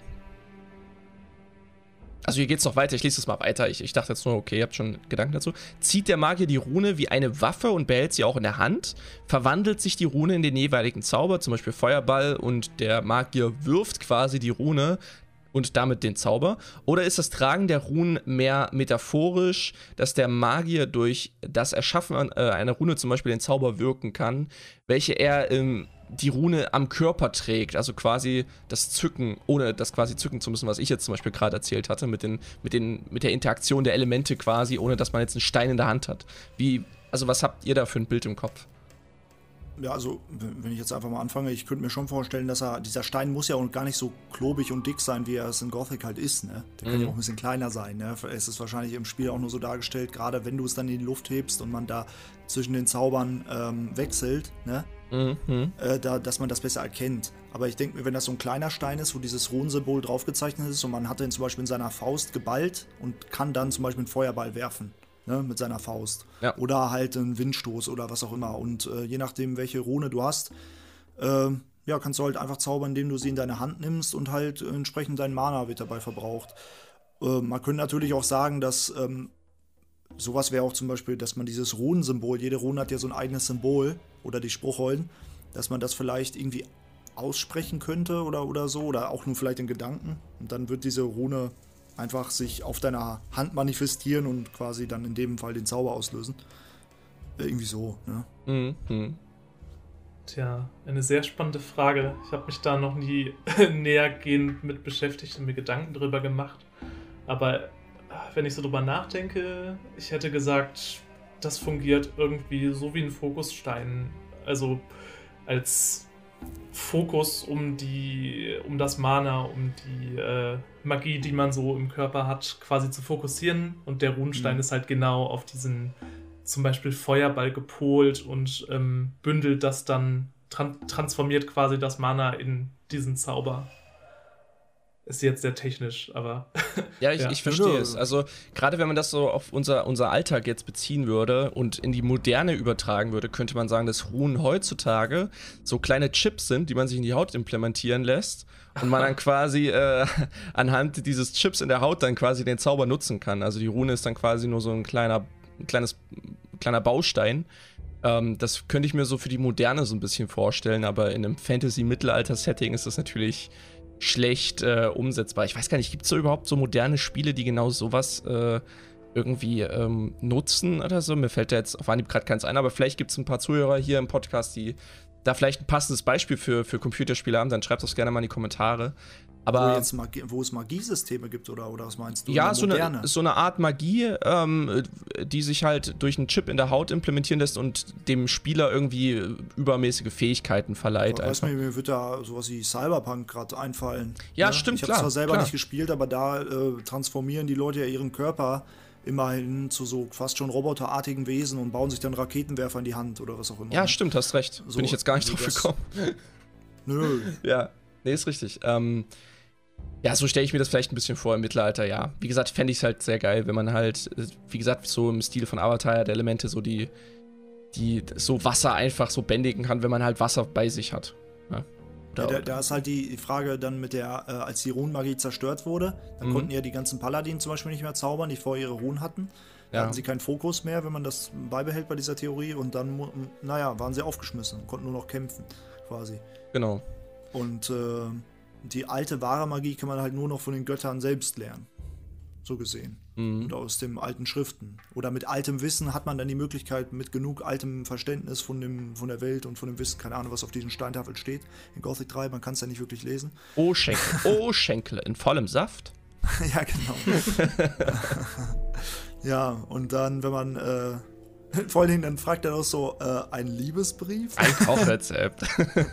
Also hier geht's noch weiter, ich lese das mal weiter. Ich, ich dachte jetzt nur, okay, ihr habt schon Gedanken dazu. Zieht der Magier die Rune wie eine Waffe und behält sie auch in der Hand? Verwandelt sich die Rune in den jeweiligen Zauber, zum Beispiel Feuerball, und der Magier wirft quasi die Rune und damit den Zauber? Oder ist das Tragen der Runen mehr metaphorisch, dass der Magier durch das Erschaffen äh, einer Rune zum Beispiel den Zauber wirken kann, welche er im die Rune am Körper trägt, also quasi das Zücken, ohne das quasi zücken zu müssen, was ich jetzt zum Beispiel gerade erzählt hatte, mit, den, mit, den, mit der Interaktion der Elemente quasi, ohne dass man jetzt einen Stein in der Hand hat. Wie, also was habt ihr da für ein Bild im Kopf? Ja, also, wenn ich jetzt einfach mal anfange, ich könnte mir schon vorstellen, dass er, dieser Stein muss ja auch gar nicht so klobig und dick sein, wie er es in Gothic halt ist, ne? Der kann mhm. ja auch ein bisschen kleiner sein, ne? Es ist wahrscheinlich im Spiel auch nur so dargestellt, gerade wenn du es dann in die Luft hebst und man da zwischen den Zaubern ähm, wechselt, ne? Mhm. Äh, da, dass man das besser erkennt. Aber ich denke mir, wenn das so ein kleiner Stein ist, wo dieses Runensymbol draufgezeichnet ist und man hat den zum Beispiel in seiner Faust geballt und kann dann zum Beispiel einen Feuerball werfen, ne, mit seiner Faust. Ja. Oder halt einen Windstoß oder was auch immer. Und äh, je nachdem, welche Rune du hast, äh, ja, kannst du halt einfach zaubern, indem du sie in deine Hand nimmst und halt äh, entsprechend dein Mana wird dabei verbraucht. Äh, man könnte natürlich auch sagen, dass ähm, sowas wäre auch zum Beispiel, dass man dieses Runensymbol, jede Rune hat ja so ein eigenes Symbol, oder die Spruchrollen, dass man das vielleicht irgendwie aussprechen könnte oder, oder so, oder auch nur vielleicht in Gedanken. Und dann wird diese Rune einfach sich auf deiner Hand manifestieren und quasi dann in dem Fall den Zauber auslösen. Äh, irgendwie so, ne? Mhm. Tja, eine sehr spannende Frage. Ich habe mich da noch nie nähergehend mit beschäftigt und mir Gedanken drüber gemacht. Aber wenn ich so drüber nachdenke, ich hätte gesagt, das fungiert irgendwie so wie ein Fokusstein. Also als Fokus um die, um das Mana, um die äh, Magie, die man so im Körper hat, quasi zu fokussieren. Und der Runenstein mhm. ist halt genau auf diesen zum Beispiel Feuerball gepolt und ähm, bündelt das dann, tran- transformiert quasi das Mana in diesen Zauber. Ist jetzt sehr technisch, aber... Ja, ich, ja. ich verstehe es. Also gerade wenn man das so auf unser, unser Alltag jetzt beziehen würde und in die Moderne übertragen würde, könnte man sagen, dass Runen heutzutage so kleine Chips sind, die man sich in die Haut implementieren lässt und man dann quasi äh, anhand dieses Chips in der Haut dann quasi den Zauber nutzen kann. Also die Rune ist dann quasi nur so ein kleiner, ein kleines, kleiner Baustein, Ähm, das könnte ich mir so für die Moderne so ein bisschen vorstellen, aber in einem Fantasy-Mittelalter-Setting ist das natürlich schlecht äh, umsetzbar. Ich weiß gar nicht, gibt es da überhaupt so moderne Spiele, die genau sowas äh, irgendwie ähm, nutzen oder so? Mir fällt da jetzt auf Anhieb gerade keins ein, aber vielleicht gibt es ein paar Zuhörer hier im Podcast, die da vielleicht ein passendes Beispiel für, für Computerspiele haben, dann schreibt das gerne mal in die Kommentare. Aber wo, jetzt Magie, wo es Magiesysteme gibt, oder, oder was meinst du? Ja, so eine, so eine Art Magie, ähm, die sich halt durch einen Chip in der Haut implementieren lässt und dem Spieler irgendwie übermäßige Fähigkeiten verleiht. Ich weiß nicht, mir wird da sowas wie Cyberpunk gerade einfallen. Ja, ne? stimmt, ich klar. Ich habe zwar selber klar. nicht gespielt, aber da äh, transformieren die Leute ja ihren Körper immerhin zu so fast schon roboterartigen Wesen und bauen sich dann Raketenwerfer in die Hand oder was auch immer. Ja, stimmt, hast recht. So, Bin ich jetzt gar nicht also drauf gekommen. Nö. Ja, nee, ist richtig. Ähm, ja, so stelle ich mir das vielleicht ein bisschen vor im Mittelalter, ja. Wie gesagt, fände ich es halt sehr geil, wenn man halt, wie gesagt, so im Stil von Avatar der Elemente so die, die so Wasser einfach so bändigen kann, wenn man halt Wasser bei sich hat. Ja. Ja, da, da ist halt die Frage dann mit der, äh, als die Runenmagie zerstört wurde, dann mhm. konnten ja die ganzen Paladinen zum Beispiel nicht mehr zaubern, die vorher ihre Runen hatten. Da ja. hatten sie keinen Fokus mehr, wenn man das beibehält bei dieser Theorie. Und dann, naja, waren sie aufgeschmissen, konnten nur noch kämpfen, quasi. Genau. Und äh, die alte, wahre Magie kann man halt nur noch von den Göttern selbst lernen. So gesehen. Mhm. Und aus den alten Schriften. Oder mit altem Wissen hat man dann die Möglichkeit, mit genug altem Verständnis von, dem, von der Welt und von dem Wissen, keine Ahnung, was auf diesen Steintafeln steht, in Gothic drei, man kann es ja nicht wirklich lesen. Oh, Schenkel, oh, Schenkel in vollem Saft. Ja, genau. Ja, und dann, wenn man, äh, vor allen Dingen, dann fragt er auch so, äh, ein Liebesbrief? Ein Kochrezept.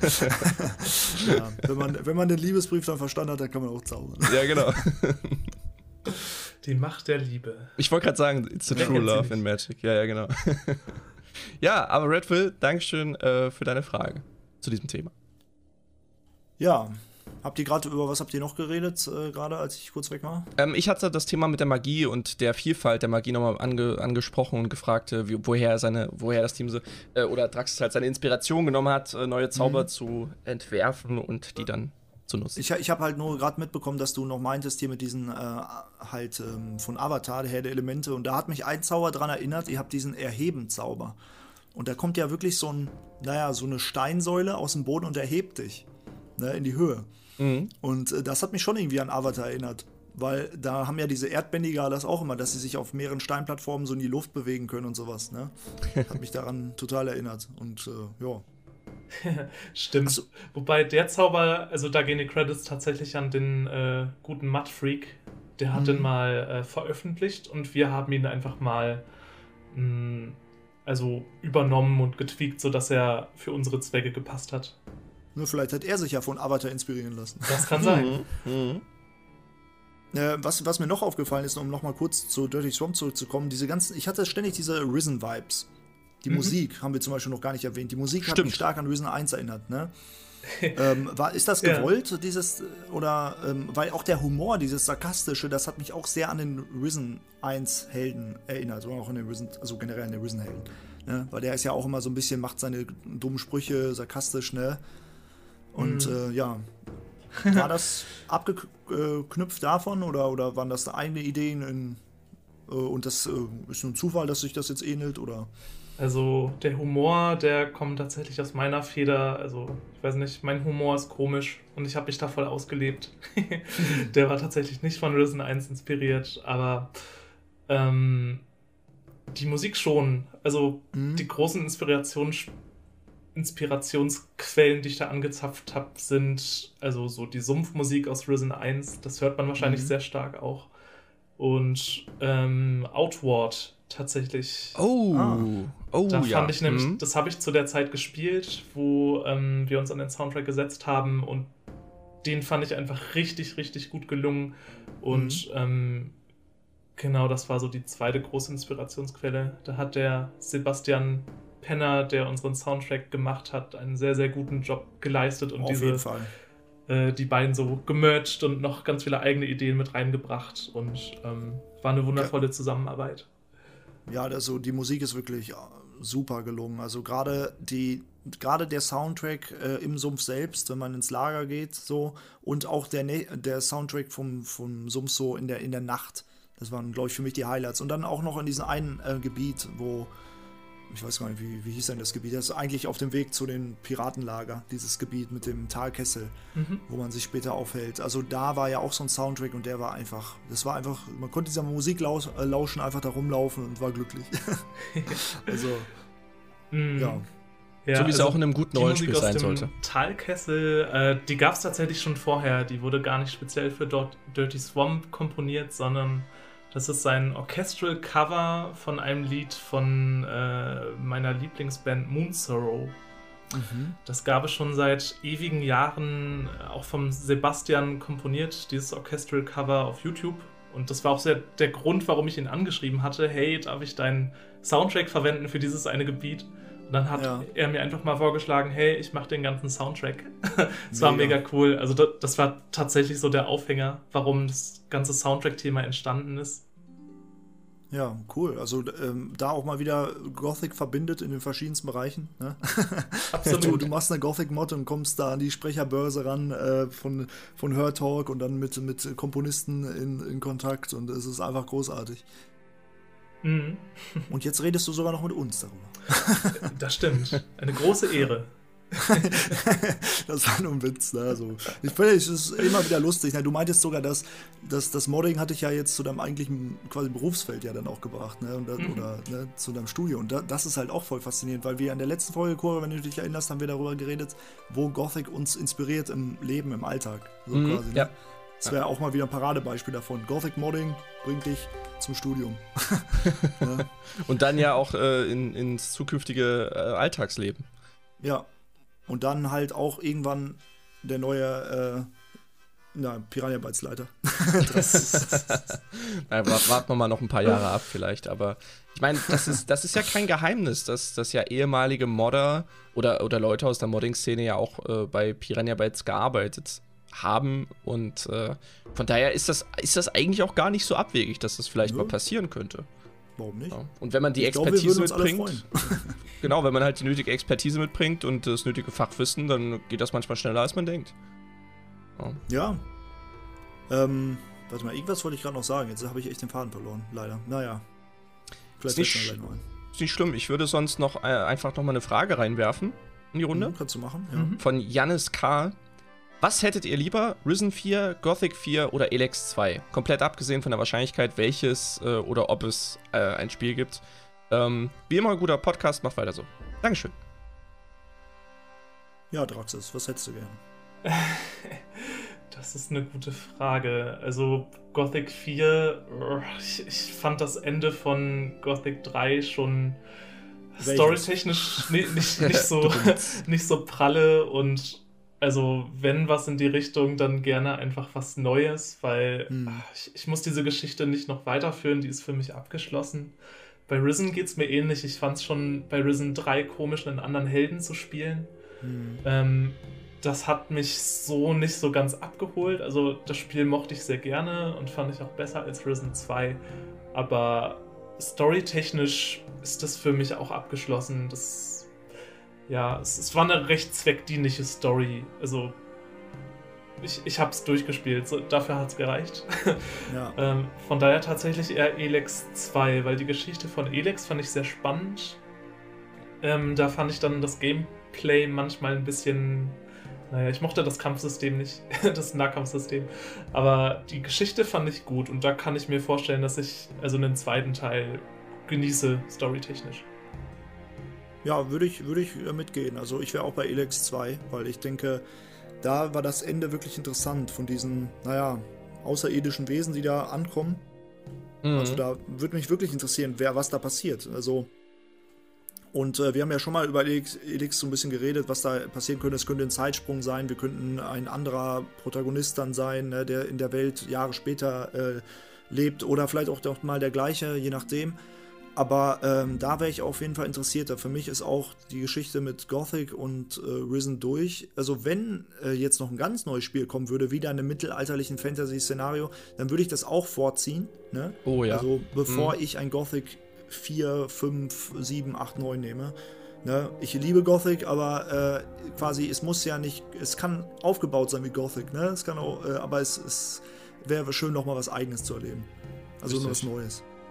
Ja, wenn man, wenn man den Liebesbrief dann verstanden hat, dann kann man auch zaubern. Ja, genau. Die Macht der Liebe. Ich wollte gerade sagen, it's the true love in Magic. Ja, ja, genau. Ja, aber Redfill, Dankeschön äh, für deine Frage zu diesem Thema. Ja, habt ihr gerade, über was habt ihr noch geredet, äh, gerade als ich kurz weg war? Ähm, ich hatte das Thema mit der Magie und der Vielfalt der Magie nochmal ange, angesprochen und gefragt, äh, wie, woher seine, woher das Team so, äh, oder Draxis halt seine Inspiration genommen hat, äh, neue Zauber mhm. zu entwerfen und die dann zu nutzen. Ich, ich habe halt nur gerade mitbekommen, dass du noch meintest hier mit diesen äh, halt ähm, von Avatar, der Herr der Elemente, und da hat mich ein Zauber dran erinnert, ihr habt diesen Erheben-Zauber. Und da kommt ja wirklich so ein, naja, so eine Steinsäule aus dem Boden und erhebt dich, ne, in die Höhe. Mhm. Und äh, das hat mich schon irgendwie an Avatar erinnert, weil da haben ja diese Erdbändiger das auch immer, dass sie sich auf mehreren Steinplattformen so in die Luft bewegen können und sowas, ne? Hat mich daran total erinnert und äh, ja. Stimmt. Also, wobei der Zauber, also da gehen die Credits tatsächlich an den äh, guten Mudfreak. Der hat mhm. den mal äh, veröffentlicht und wir haben ihn einfach mal mh, also übernommen und getweakt, sodass er für unsere Zwecke gepasst hat. Nur vielleicht hat er sich ja von Avatar inspirieren lassen. Das kann sein. Mhm. Äh, was, was mir noch aufgefallen ist, um nochmal kurz zu Dirty Swamp zurückzukommen, diese ganzen, ich hatte ständig diese Risen-Vibes. Die mhm. Musik haben wir zum Beispiel noch gar nicht erwähnt. Die Musik Stimmt. hat mich stark an Risen eins erinnert, ne? ähm, war, ist das gewollt, ja. dieses, oder, ähm, weil auch der Humor, dieses Sarkastische, das hat mich auch sehr an den Risen eins Helden erinnert, oder auch an den Risen, also generell an den Risen Helden, ne? Weil der ist ja auch immer so ein bisschen, macht seine dummen Sprüche sarkastisch, ne? Und, mhm. äh, ja, war das abgeknüpft davon, oder, oder waren das eigene Ideen in, äh, und das äh, ist nur ein Zufall, dass sich das jetzt ähnelt, oder? Also der Humor, der kommt tatsächlich aus meiner Feder. Also ich weiß nicht, mein Humor ist komisch und ich habe mich da voll ausgelebt. Der war tatsächlich nicht von Risen eins inspiriert, aber ähm, die Musik schon. Also mhm. die großen Inspirations- Inspirationsquellen, die ich da angezapft habe, sind also so die Sumpfmusik aus Risen eins. Das hört man wahrscheinlich mhm. sehr stark auch. Und ähm, Outward tatsächlich. Oh, ah. oh da ja. fand ich nämlich, mhm. das habe ich zu der Zeit gespielt, wo ähm, wir uns an den Soundtrack gesetzt haben und den fand ich einfach richtig, richtig gut gelungen. Und mhm. ähm, genau, das war so die zweite große Inspirationsquelle. Da hat der Sebastian Penner, der unseren Soundtrack gemacht hat, einen sehr, sehr guten Job geleistet und Auf diese, jeden Fall. Äh, die beiden so gemerged und noch ganz viele eigene Ideen mit reingebracht und ähm, war eine wundervolle ja. Zusammenarbeit. Ja, also die Musik ist wirklich super gelungen. Also gerade die, gerade der Soundtrack äh, im Sumpf selbst, wenn man ins Lager geht, so, und auch der, der Soundtrack vom, vom Sumpf so in der, in der Nacht. Das waren, glaube ich, für mich die Highlights. Und dann auch noch in diesem einen äh, Gebiet, wo ich weiß gar nicht, wie, wie hieß denn das Gebiet? Das ist eigentlich auf dem Weg zu den Piratenlager, dieses Gebiet mit dem Talkessel, mhm. wo man sich später aufhält. Also da war ja auch so ein Soundtrack und der war einfach, das war einfach, man konnte dieser Musik laus, äh, lauschen, einfach da rumlaufen und war glücklich. Also, mm. ja. Ja, so wie es also auch in einem guten Rollenspiel sein sollte. Talkessel, äh, die gab es tatsächlich schon vorher. Die wurde gar nicht speziell für Dirty Swamp komponiert, sondern das ist ein Orchestral Cover von einem Lied von äh, meiner Lieblingsband Moon Sorrow. Mhm. Das gab es schon seit ewigen Jahren, auch vom Sebastian komponiert, dieses Orchestral Cover auf YouTube. Und das war auch sehr der Grund, warum ich ihn angeschrieben hatte. Hey, darf ich deinen Soundtrack verwenden für dieses eine Gebiet? Und dann hat ja. er mir einfach mal vorgeschlagen, hey, ich mache den ganzen Soundtrack. Das war mega cool. Also das, das war tatsächlich so der Aufhänger, warum das ganze Soundtrack-Thema entstanden ist. Ja, cool. Also ähm, da auch mal wieder Gothic verbindet in den verschiedensten Bereichen. Ne? Absolut. Du, du machst eine Gothic-Mod und kommst da an die Sprecherbörse ran äh, von, von Her Talk und dann mit, mit Komponisten in, in Kontakt und es ist einfach großartig. Mhm. Und jetzt redest du sogar noch mit uns darüber. Das stimmt. Eine große Ehre. Das war nur ein Witz. Ne? Also, ich finde, es ist immer wieder lustig. Ne? Du meintest sogar, dass, dass das Modding hatte ich ja jetzt zu deinem eigentlichen quasi Berufsfeld ja dann auch gebracht. Ne? Und da, mhm. Oder ne, zu deinem Studio. Und da, das ist halt auch voll faszinierend, weil wir in der letzten Folge, Cora, wenn du dich erinnerst, haben wir darüber geredet, wo Gothic uns inspiriert im Leben, im Alltag. So mhm. quasi. Ne? Ja. Das wäre auch mal wieder ein Paradebeispiel davon. Gothic Modding bringt dich zum Studium. Ja. Und dann ja auch äh, in, ins zukünftige äh, Alltagsleben. Ja. Und dann halt auch irgendwann der neue äh, na, Piranha Bytes Leiter. Na, warten wir mal noch ein paar Jahre ab vielleicht. Aber ich meine, das ist, das ist ja kein Geheimnis, dass, dass ja ehemalige Modder oder, oder Leute aus der Modding-Szene ja auch äh, bei Piranha Bytes gearbeitet haben und äh, von daher ist das, ist das eigentlich auch gar nicht so abwegig, dass das vielleicht ja. mal passieren könnte. Warum nicht? Ja. Und wenn man die ich Expertise glaube, wir mitbringt, genau, wenn man halt die nötige Expertise mitbringt und das nötige Fachwissen, dann geht das manchmal schneller, als man denkt. Ja. ja. Ähm, warte mal, irgendwas wollte ich gerade noch sagen. Jetzt habe ich echt den Faden verloren, leider. Naja. Vielleicht ist nicht, noch ein. Ist nicht schlimm. Ich würde sonst noch äh, einfach noch mal eine Frage reinwerfen in die Runde. Mhm, kannst du machen, ja. Mhm. Von Jannis K. Was hättet ihr lieber? Risen vier, Gothic vier oder Elex zwei? Komplett abgesehen von der Wahrscheinlichkeit, welches äh, oder ob es äh, ein Spiel gibt. Ähm, wie immer, ein guter Podcast, macht weiter so. Dankeschön. Ja, Draxis, was hättest du gerne? Das ist eine gute Frage. Also Gothic vier, ich, ich fand das Ende von Gothic drei schon storytechnisch nicht, nicht, nicht, so, nicht so pralle und also wenn was in die Richtung, dann gerne einfach was Neues, weil hm. ach, ich, ich muss diese Geschichte nicht noch weiterführen, die ist für mich abgeschlossen. Bei Risen geht's mir ähnlich. Ich fand es schon bei Risen drei komisch, einen anderen Helden zu spielen. Hm. Ähm, das hat mich so nicht so ganz abgeholt. Also das Spiel mochte ich sehr gerne und fand ich auch besser als Risen zwei. Aber storytechnisch ist das für mich auch abgeschlossen. Das Ja, es, es war eine recht zweckdienliche Story. Also, ich, ich hab's durchgespielt. So, dafür hat's gereicht. Ja. ähm, von daher tatsächlich eher Elex zwei, weil die Geschichte von Elex fand ich sehr spannend. Ähm, da fand ich dann das Gameplay manchmal ein bisschen... Naja, ich mochte das Kampfsystem nicht, das Nahkampfsystem. Aber die Geschichte fand ich gut und da kann ich mir vorstellen, dass ich also einen zweiten Teil genieße, storytechnisch. Ja, würde ich, würde ich mitgehen. Also ich wäre auch bei Elex zwei, weil ich denke, da war das Ende wirklich interessant von diesen, naja, außerirdischen Wesen, die da ankommen. Mhm. Also da würde mich wirklich interessieren, wer was da passiert. Also und äh, wir haben ja schon mal über Elex, Elex so ein bisschen geredet, was da passieren könnte. Es könnte ein Zeitsprung sein, wir könnten ein anderer Protagonist dann sein, ne, der in der Welt Jahre später äh, lebt oder vielleicht auch doch mal der gleiche, je nachdem. Aber ähm, da wäre ich auf jeden Fall interessierter. Für mich ist auch die Geschichte mit Gothic und äh, Risen durch. Also wenn äh, jetzt noch ein ganz neues Spiel kommen würde, wieder in einem mittelalterlichen Fantasy-Szenario, dann würde ich das auch vorziehen. Ne? Oh ja. Also bevor mhm. ich ein Gothic vier, fünf, sieben, acht, neun nehme. Ne? Ich liebe Gothic, aber äh, quasi, es muss ja nicht, es kann aufgebaut sein wie Gothic, ne? Es kann auch, äh, aber es, es wäre schön, noch mal was Eigenes zu erleben. Also nur was Neues.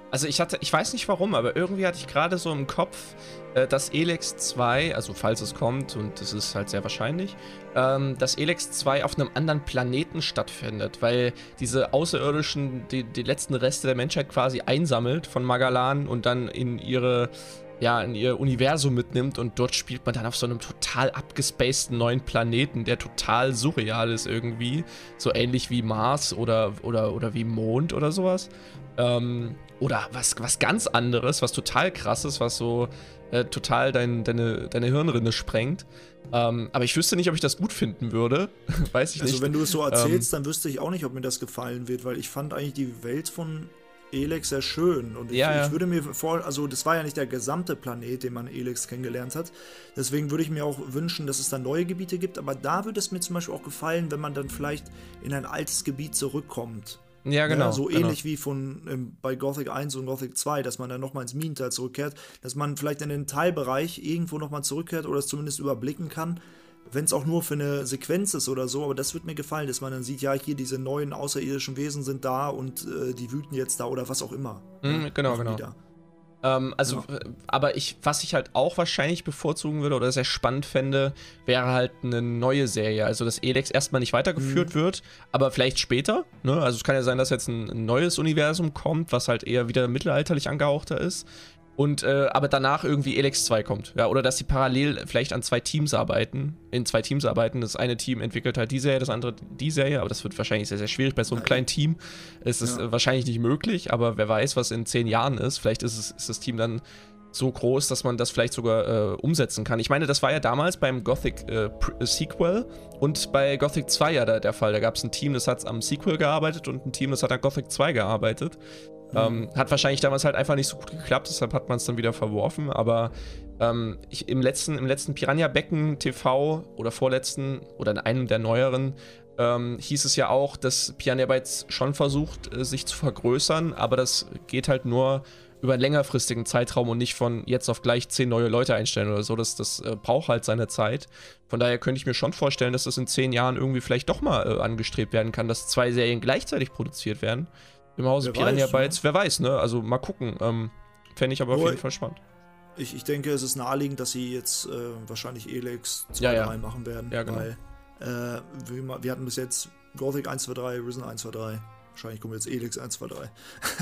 Also ich hatte, ich weiß nicht warum, aber irgendwie hatte ich gerade so im Kopf, äh, dass Elex zwei, also falls es kommt, und das ist halt sehr wahrscheinlich, ähm, dass Elex zwei auf einem anderen Planeten stattfindet, weil diese Außerirdischen die, die letzten Reste der Menschheit quasi einsammelt von Magalan und dann in ihre, ja, in ihr Universum mitnimmt und dort spielt man dann auf so einem total abgespaceden neuen Planeten, der total surreal ist irgendwie, so ähnlich wie Mars oder, oder, oder wie Mond oder sowas. Ähm, oder was, was ganz anderes, was total krasses, was so äh, total dein, deine, deine Hirnrinde sprengt. Ähm, aber ich wüsste nicht, ob ich das gut finden würde. Weiß ich also nicht. wenn du es so erzählst, ähm, dann wüsste ich auch nicht, ob mir das gefallen wird, weil ich fand eigentlich die Welt von Elex sehr schön. Und ich, ja, ja. ich würde mir vor, also das war ja nicht der gesamte Planet, den man Elex kennengelernt hat. Deswegen würde ich mir auch wünschen, dass es da neue Gebiete gibt. Aber da würde es mir zum Beispiel auch gefallen, wenn man dann vielleicht in ein altes Gebiet zurückkommt. Ja, genau. Ja, so genau. ähnlich wie von ähm, bei Gothic eins und Gothic zwei, dass man dann nochmal ins Minental zurückkehrt, dass man vielleicht in den Teilbereich irgendwo nochmal zurückkehrt oder es zumindest überblicken kann, wenn es auch nur für eine Sequenz ist oder so, aber das wird mir gefallen, dass man dann sieht, ja, hier diese neuen außerirdischen Wesen sind da und äh, die wüten jetzt da oder was auch immer. Mhm, ja, genau, genau. Ähm, also, ja. aber ich, was ich halt auch wahrscheinlich bevorzugen würde oder sehr spannend fände, wäre halt eine neue Serie. Also, dass Elex erstmal nicht weitergeführt mhm. wird, aber vielleicht später. Ne? Also, es kann ja sein, dass jetzt ein, ein neues Universum kommt, was halt eher wieder mittelalterlich angehauchter ist. Und, äh, aber danach irgendwie Elex zwei kommt. Ja, oder dass sie parallel vielleicht an zwei Teams arbeiten, in zwei Teams arbeiten. Das eine Team entwickelt halt die Serie, das andere die Serie, aber das wird wahrscheinlich sehr, sehr schwierig. Bei so einem kleinen Team ist es ja. wahrscheinlich nicht möglich, aber wer weiß, was in zehn Jahren ist. Vielleicht ist, es, ist das Team dann so groß, dass man das vielleicht sogar äh, umsetzen kann. Ich meine, das war ja damals beim Gothic äh, Sequel und bei Gothic zwei ja der, der Fall. Da gab es ein Team, das hat am Sequel gearbeitet und ein Team, das hat an Gothic zwei gearbeitet. Mhm. Ähm, hat wahrscheinlich damals halt einfach nicht so gut geklappt, deshalb hat man es dann wieder verworfen, aber ähm, ich, im letzten, im letzten Piranha-Becken T V oder vorletzten oder in einem der neueren ähm, hieß es ja auch, dass Piranha Bytes schon versucht, äh, sich zu vergrößern, aber das geht halt nur über einen längerfristigen Zeitraum und nicht von jetzt auf gleich zehn neue Leute einstellen oder so. Das, das äh, braucht halt seine Zeit. Von daher könnte ich mir schon vorstellen, dass das in zehn Jahren irgendwie vielleicht doch mal äh, angestrebt werden kann, dass zwei Serien gleichzeitig produziert werden. Im Hause Piranha Bytes, wer weiß, ne? Also mal gucken. Ähm, Fände ich aber auf Nur jeden Fall spannend. Ich, ich denke, es ist naheliegend, dass sie jetzt äh, wahrscheinlich Elex zwei, ja, ja. drei machen werden. Ja, genau. Weil äh, wir, wir hatten bis jetzt Gothic eins, zwei, drei, Risen eins, zwei, drei. Wahrscheinlich kommen jetzt Elex eins, zwei, drei.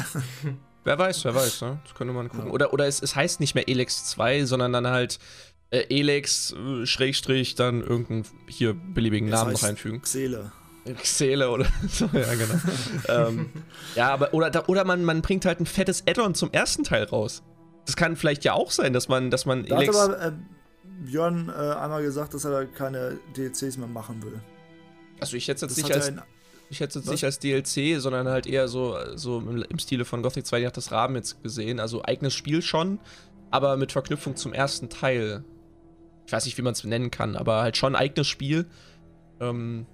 Wer weiß, wer weiß, ne? Das könnte man gucken. Ja. Oder, oder es, es heißt nicht mehr Elex zwei, sondern dann halt äh, Elex, äh, Schrägstrich, dann irgendeinen hier beliebigen Namen noch einfügen. Xele. Xele oder so, ja, genau. ähm, ja, aber, oder, oder man, man bringt halt ein fettes Add-on zum ersten Teil raus. Das kann vielleicht ja auch sein, dass man, dass man da Elex... hat aber äh, Björn äh, einmal gesagt, dass er da keine D L Cs mehr machen will. Also ich hätte es jetzt Das nicht hat als... er in- Ich hätte es jetzt Was? nicht als D L C, sondern halt eher so, so im, im Stile von Gothic zwei, die hat das Rahmen jetzt gesehen. Also eigenes Spiel schon, aber mit Verknüpfung zum ersten Teil. Ich weiß nicht, wie man es nennen kann, aber halt schon eigenes Spiel. Ähm,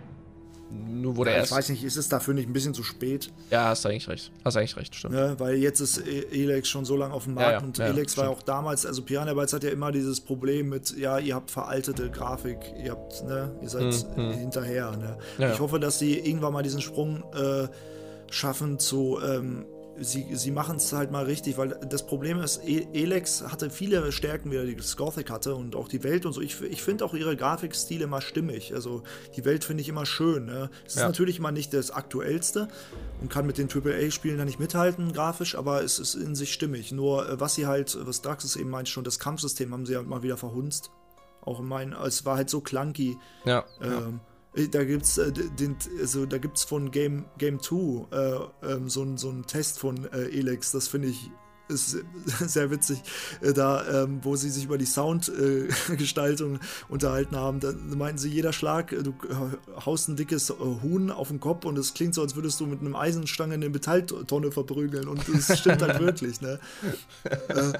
nur wurde Ja, erst. ich weiß nicht, ist es dafür nicht ein bisschen zu spät? Ja, hast eigentlich recht. Hast eigentlich recht, stimmt. Ne? Weil jetzt ist E- Elex schon so lange auf dem Markt Ja, ja, und ja, Elex war ja stimmt. auch damals, also Piranha Bytes hat ja immer dieses Problem mit, ja, ihr habt veraltete Grafik, ihr habt, ne, ihr seid Mhm. hinterher, ne? Ja, ich ja. hoffe, dass sie irgendwann mal diesen Sprung äh, schaffen zu, ähm, sie, sie machen es halt mal richtig, weil das Problem ist, E- Elex hatte viele Stärken, wie er das Gothic hatte und auch die Welt und so. Ich, ich finde auch ihre Grafikstile immer stimmig. Also die Welt finde ich immer schön. Ne? Es ist Ja. natürlich immer nicht das Aktuellste und kann mit den Triple A-Spielen da nicht mithalten, grafisch, aber es ist in sich stimmig. Nur äh, was sie halt, was Draxus eben meint schon, das Kampfsystem haben sie ja mal wieder verhunzt. Auch in meinen, es war halt so clunky. Ja. ja. Ähm, Da gibt's äh, den, also da gibt's von Game Game zwei äh, ähm, so ein so ein Test von äh, Elex, das finde ich ist sehr witzig, äh, da ähm, wo sie sich über die Soundgestaltung äh, unterhalten haben. Da meinten sie, jeder Schlag, äh, du haust ein dickes äh, Huhn auf den Kopf und es klingt so, als würdest du mit einem Eisenstange eine Metalltonne verprügeln und das stimmt halt wirklich, ne? äh,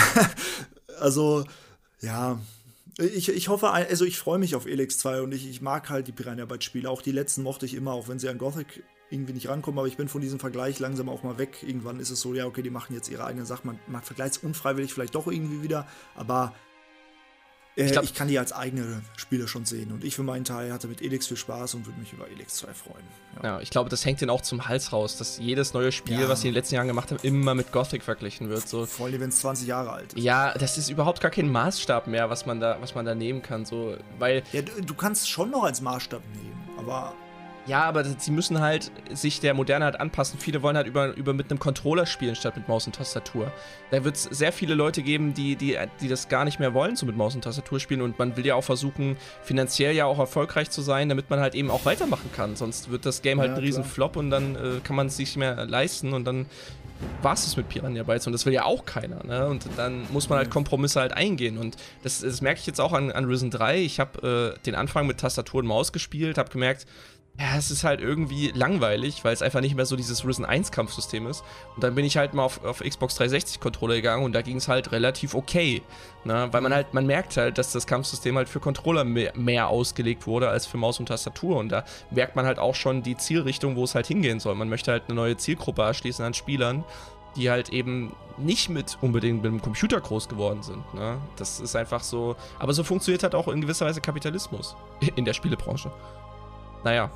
also ja. Ich, ich hoffe, also ich freue mich auf Elex zwei und ich, ich mag halt die Piranha Bytes Spiele. Auch die letzten mochte ich immer, auch wenn sie an Gothic irgendwie nicht rankommen, aber ich bin von diesem Vergleich langsam auch mal weg. Irgendwann ist es so, ja, okay, die machen jetzt ihre eigene Sache. Man, man vergleicht es unfreiwillig vielleicht doch irgendwie wieder, aber Äh, Ich glaub- ich kann die als eigene Spiele schon sehen. Und ich für meinen Teil hatte mit Elex viel Spaß und würde mich über Elex zwei freuen. Ja. Ja, ich glaube, das hängt denen auch zum Hals raus, dass jedes neue Spiel, Ja. was sie in den letzten Jahren gemacht haben, immer mit Gothic verglichen wird. So. Vor allem, wenn es zwanzig Jahre alt ist. Ja, das ist überhaupt gar kein Maßstab mehr, was man da, was man da nehmen kann. So, weil, Ja, du, du kannst es schon noch als Maßstab nehmen, aber ja, aber sie müssen halt sich der Moderne halt anpassen. Viele wollen halt über, über mit einem Controller spielen, statt mit Maus und Tastatur. Da wird es sehr viele Leute geben, die, die, die das gar nicht mehr wollen, so mit Maus und Tastatur spielen. Und man will ja auch versuchen, finanziell ja auch erfolgreich zu sein, damit man halt eben auch weitermachen kann. Sonst wird das Game halt Ja, ein riesen klar. Flop und dann äh, kann man es sich nicht mehr leisten und dann war es mit Piranha Bytes und das will ja auch keiner, ne? Und dann muss man halt Kompromisse halt eingehen und das, das merke ich jetzt auch an, an Risen drei. Ich habe äh, den Anfang mit Tastatur und Maus gespielt, habe gemerkt, ja, es ist halt irgendwie langweilig, weil es einfach nicht mehr so dieses Risen eins Kampfsystem ist. Und dann bin ich halt mal auf, auf Xbox dreihundertsechzig Controller gegangen und da ging es halt relativ okay. Ne? Weil man halt, man merkt halt, dass das Kampfsystem halt für Controller mehr, mehr ausgelegt wurde als für Maus und Tastatur. Und da merkt man halt auch schon die Zielrichtung, wo es halt hingehen soll. Man möchte halt eine neue Zielgruppe erschließen an Spielern, die halt eben nicht mit unbedingt mit dem Computer groß geworden sind. Ne? Das ist einfach so. Aber so funktioniert halt auch in gewisser Weise Kapitalismus in der Spielebranche. Naja.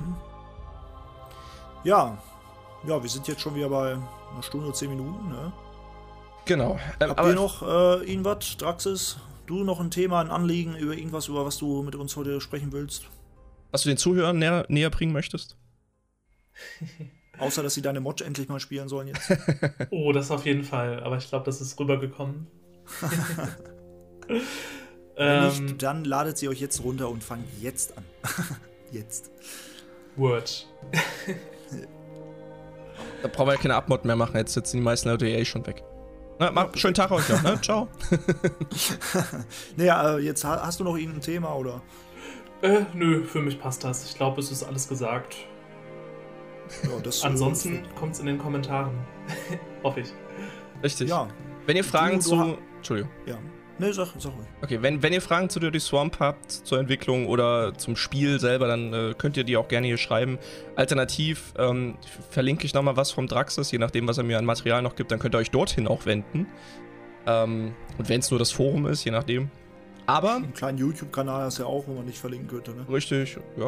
ja. Ja, wir sind jetzt schon wieder bei einer Stunde, zehn Minuten, ne? Genau. Ähm, Habt aber ihr noch äh, irgendwas, Draxis? Du noch ein Thema, ein Anliegen über irgendwas, über was du mit uns heute sprechen willst? was du den Zuhörern näher, näher bringen möchtest? Außer, dass sie deine Mod endlich mal spielen sollen jetzt. Oh, das auf jeden Fall. Aber ich glaube, das ist rübergekommen. Wenn ähm, nicht, dann ladet sie euch jetzt runter und fangt jetzt an. Jetzt. Word. Da brauchen wir ja keine Abmod mehr machen, jetzt sitzen die meisten Leute eh schon weg. Na, mach, schönen Tag euch noch, ne? Ciao. Naja, äh, jetzt ha- hast du noch irgendein Thema, oder? Äh, nö, für mich passt das. Ich glaube, es ist alles gesagt. Ja, das, äh, Ansonsten kommt's in den Kommentaren. Hoffe ich. Richtig. Ja, Wenn ihr Fragen Du- du ha- zu... Entschuldigung. ja. Ne, sag, sag ruhig. Okay, wenn, wenn ihr Fragen zu Dirty Swamp habt, zur Entwicklung oder zum Spiel selber, dann äh, könnt ihr die auch gerne hier schreiben. Alternativ ähm, verlinke ich nochmal was vom Draxis, je nachdem, was er mir an Material noch gibt, dann könnt ihr euch dorthin auch wenden. Ähm, und wenn es nur das Forum ist, je nachdem. Aber, Einen kleinen YouTube-Kanal hast du ja auch, wo man nicht verlinken könnte, ne? richtig, ja.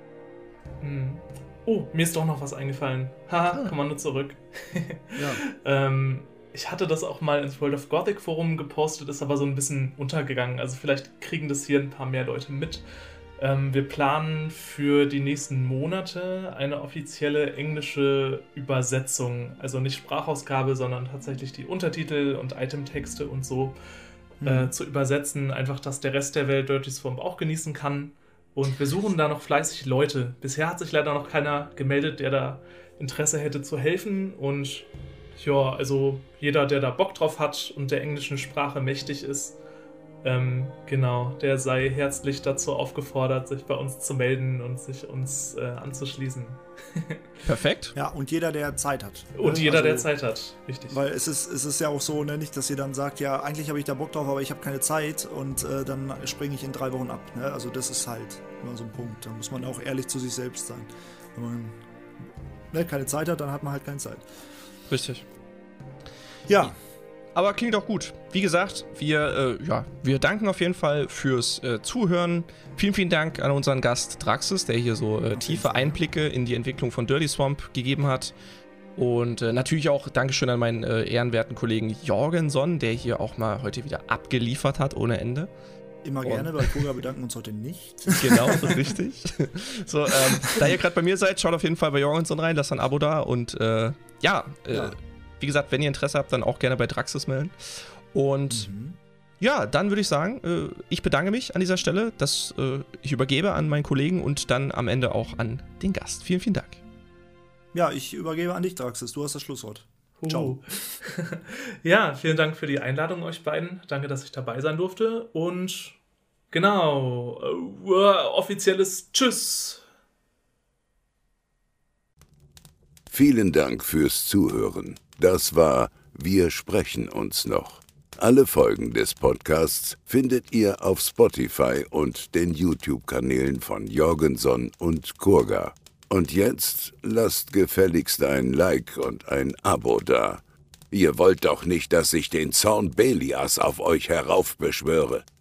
Hm. Oh, mir ist doch noch was eingefallen. Haha, Ah. Kommando zurück. Ja. ähm, ich hatte das auch mal ins World of Gothic Forum gepostet, ist aber so ein bisschen untergegangen. Also vielleicht kriegen das hier ein paar mehr Leute mit. Ähm, wir planen für die nächsten Monate eine offizielle englische Übersetzung. Also nicht Sprachausgabe, sondern tatsächlich die Untertitel und Itemtexte und so äh, zu übersetzen. Einfach, dass der Rest der Welt Dirty Swamp auch genießen kann. Und wir suchen da noch fleißig Leute. Bisher hat sich leider noch keiner gemeldet, der da Interesse hätte zu helfen. Und ja, also jeder, der da Bock drauf hat und der englischen Sprache mächtig ist, ähm, genau, der sei herzlich dazu aufgefordert, sich bei uns zu melden und sich uns äh, anzuschließen. Perfekt. Ja, und jeder, der Zeit hat. Und ne? jeder, Also, der Zeit hat. Richtig. Weil es ist, es ist ja auch so, ne, nicht, dass ihr dann sagt, ja, eigentlich habe ich da Bock drauf, aber ich habe keine Zeit und äh, dann springe ich in drei Wochen ab. Ne? Also das ist halt immer so ein Punkt. Da muss man auch ehrlich zu sich selbst sein. Wenn man ne, keine Zeit hat, dann hat man halt keine Zeit. Richtig. Ja, Aber klingt auch gut. Wie gesagt, wir, äh, ja, wir danken auf jeden Fall fürs äh, Zuhören. Vielen, vielen Dank an unseren Gast Draxis, der hier so äh, tiefe Fall. Einblicke in die Entwicklung von Dirty Swamp gegeben hat. Und äh, natürlich auch Dankeschön an meinen äh, ehrenwerten Kollegen Jorgenson, der hier auch mal heute wieder abgeliefert hat ohne Ende. immer Und- gerne, weil Koga bedanken uns heute nicht. Genau, richtig. So, ähm, da ihr gerade bei mir seid, schaut auf jeden Fall bei Jorgenson rein, lasst ein Abo da und äh, ja, äh, Ja. wie gesagt, wenn ihr Interesse habt, dann auch gerne bei Draxis melden. Und Mhm. ja, dann würde ich sagen, äh, ich bedanke mich an dieser Stelle, dass äh, ich übergebe an meinen Kollegen und dann am Ende auch an den Gast. Vielen, vielen Dank. Ja, ich übergebe an dich, Draxis. Du hast das Schlusswort. Ciao. Ja, vielen Dank für die Einladung euch beiden. Danke, dass ich dabei sein durfte. Und genau, äh, offizielles Tschüss. Vielen Dank fürs Zuhören. Das war Wir sprechen uns noch. Alle Folgen des Podcasts findet ihr auf Spotify und den YouTube-Kanälen von Jorgenson und Kurga. Und jetzt lasst gefälligst ein Like und ein Abo da. Ihr wollt doch nicht, dass ich den Zorn Belias auf euch heraufbeschwöre.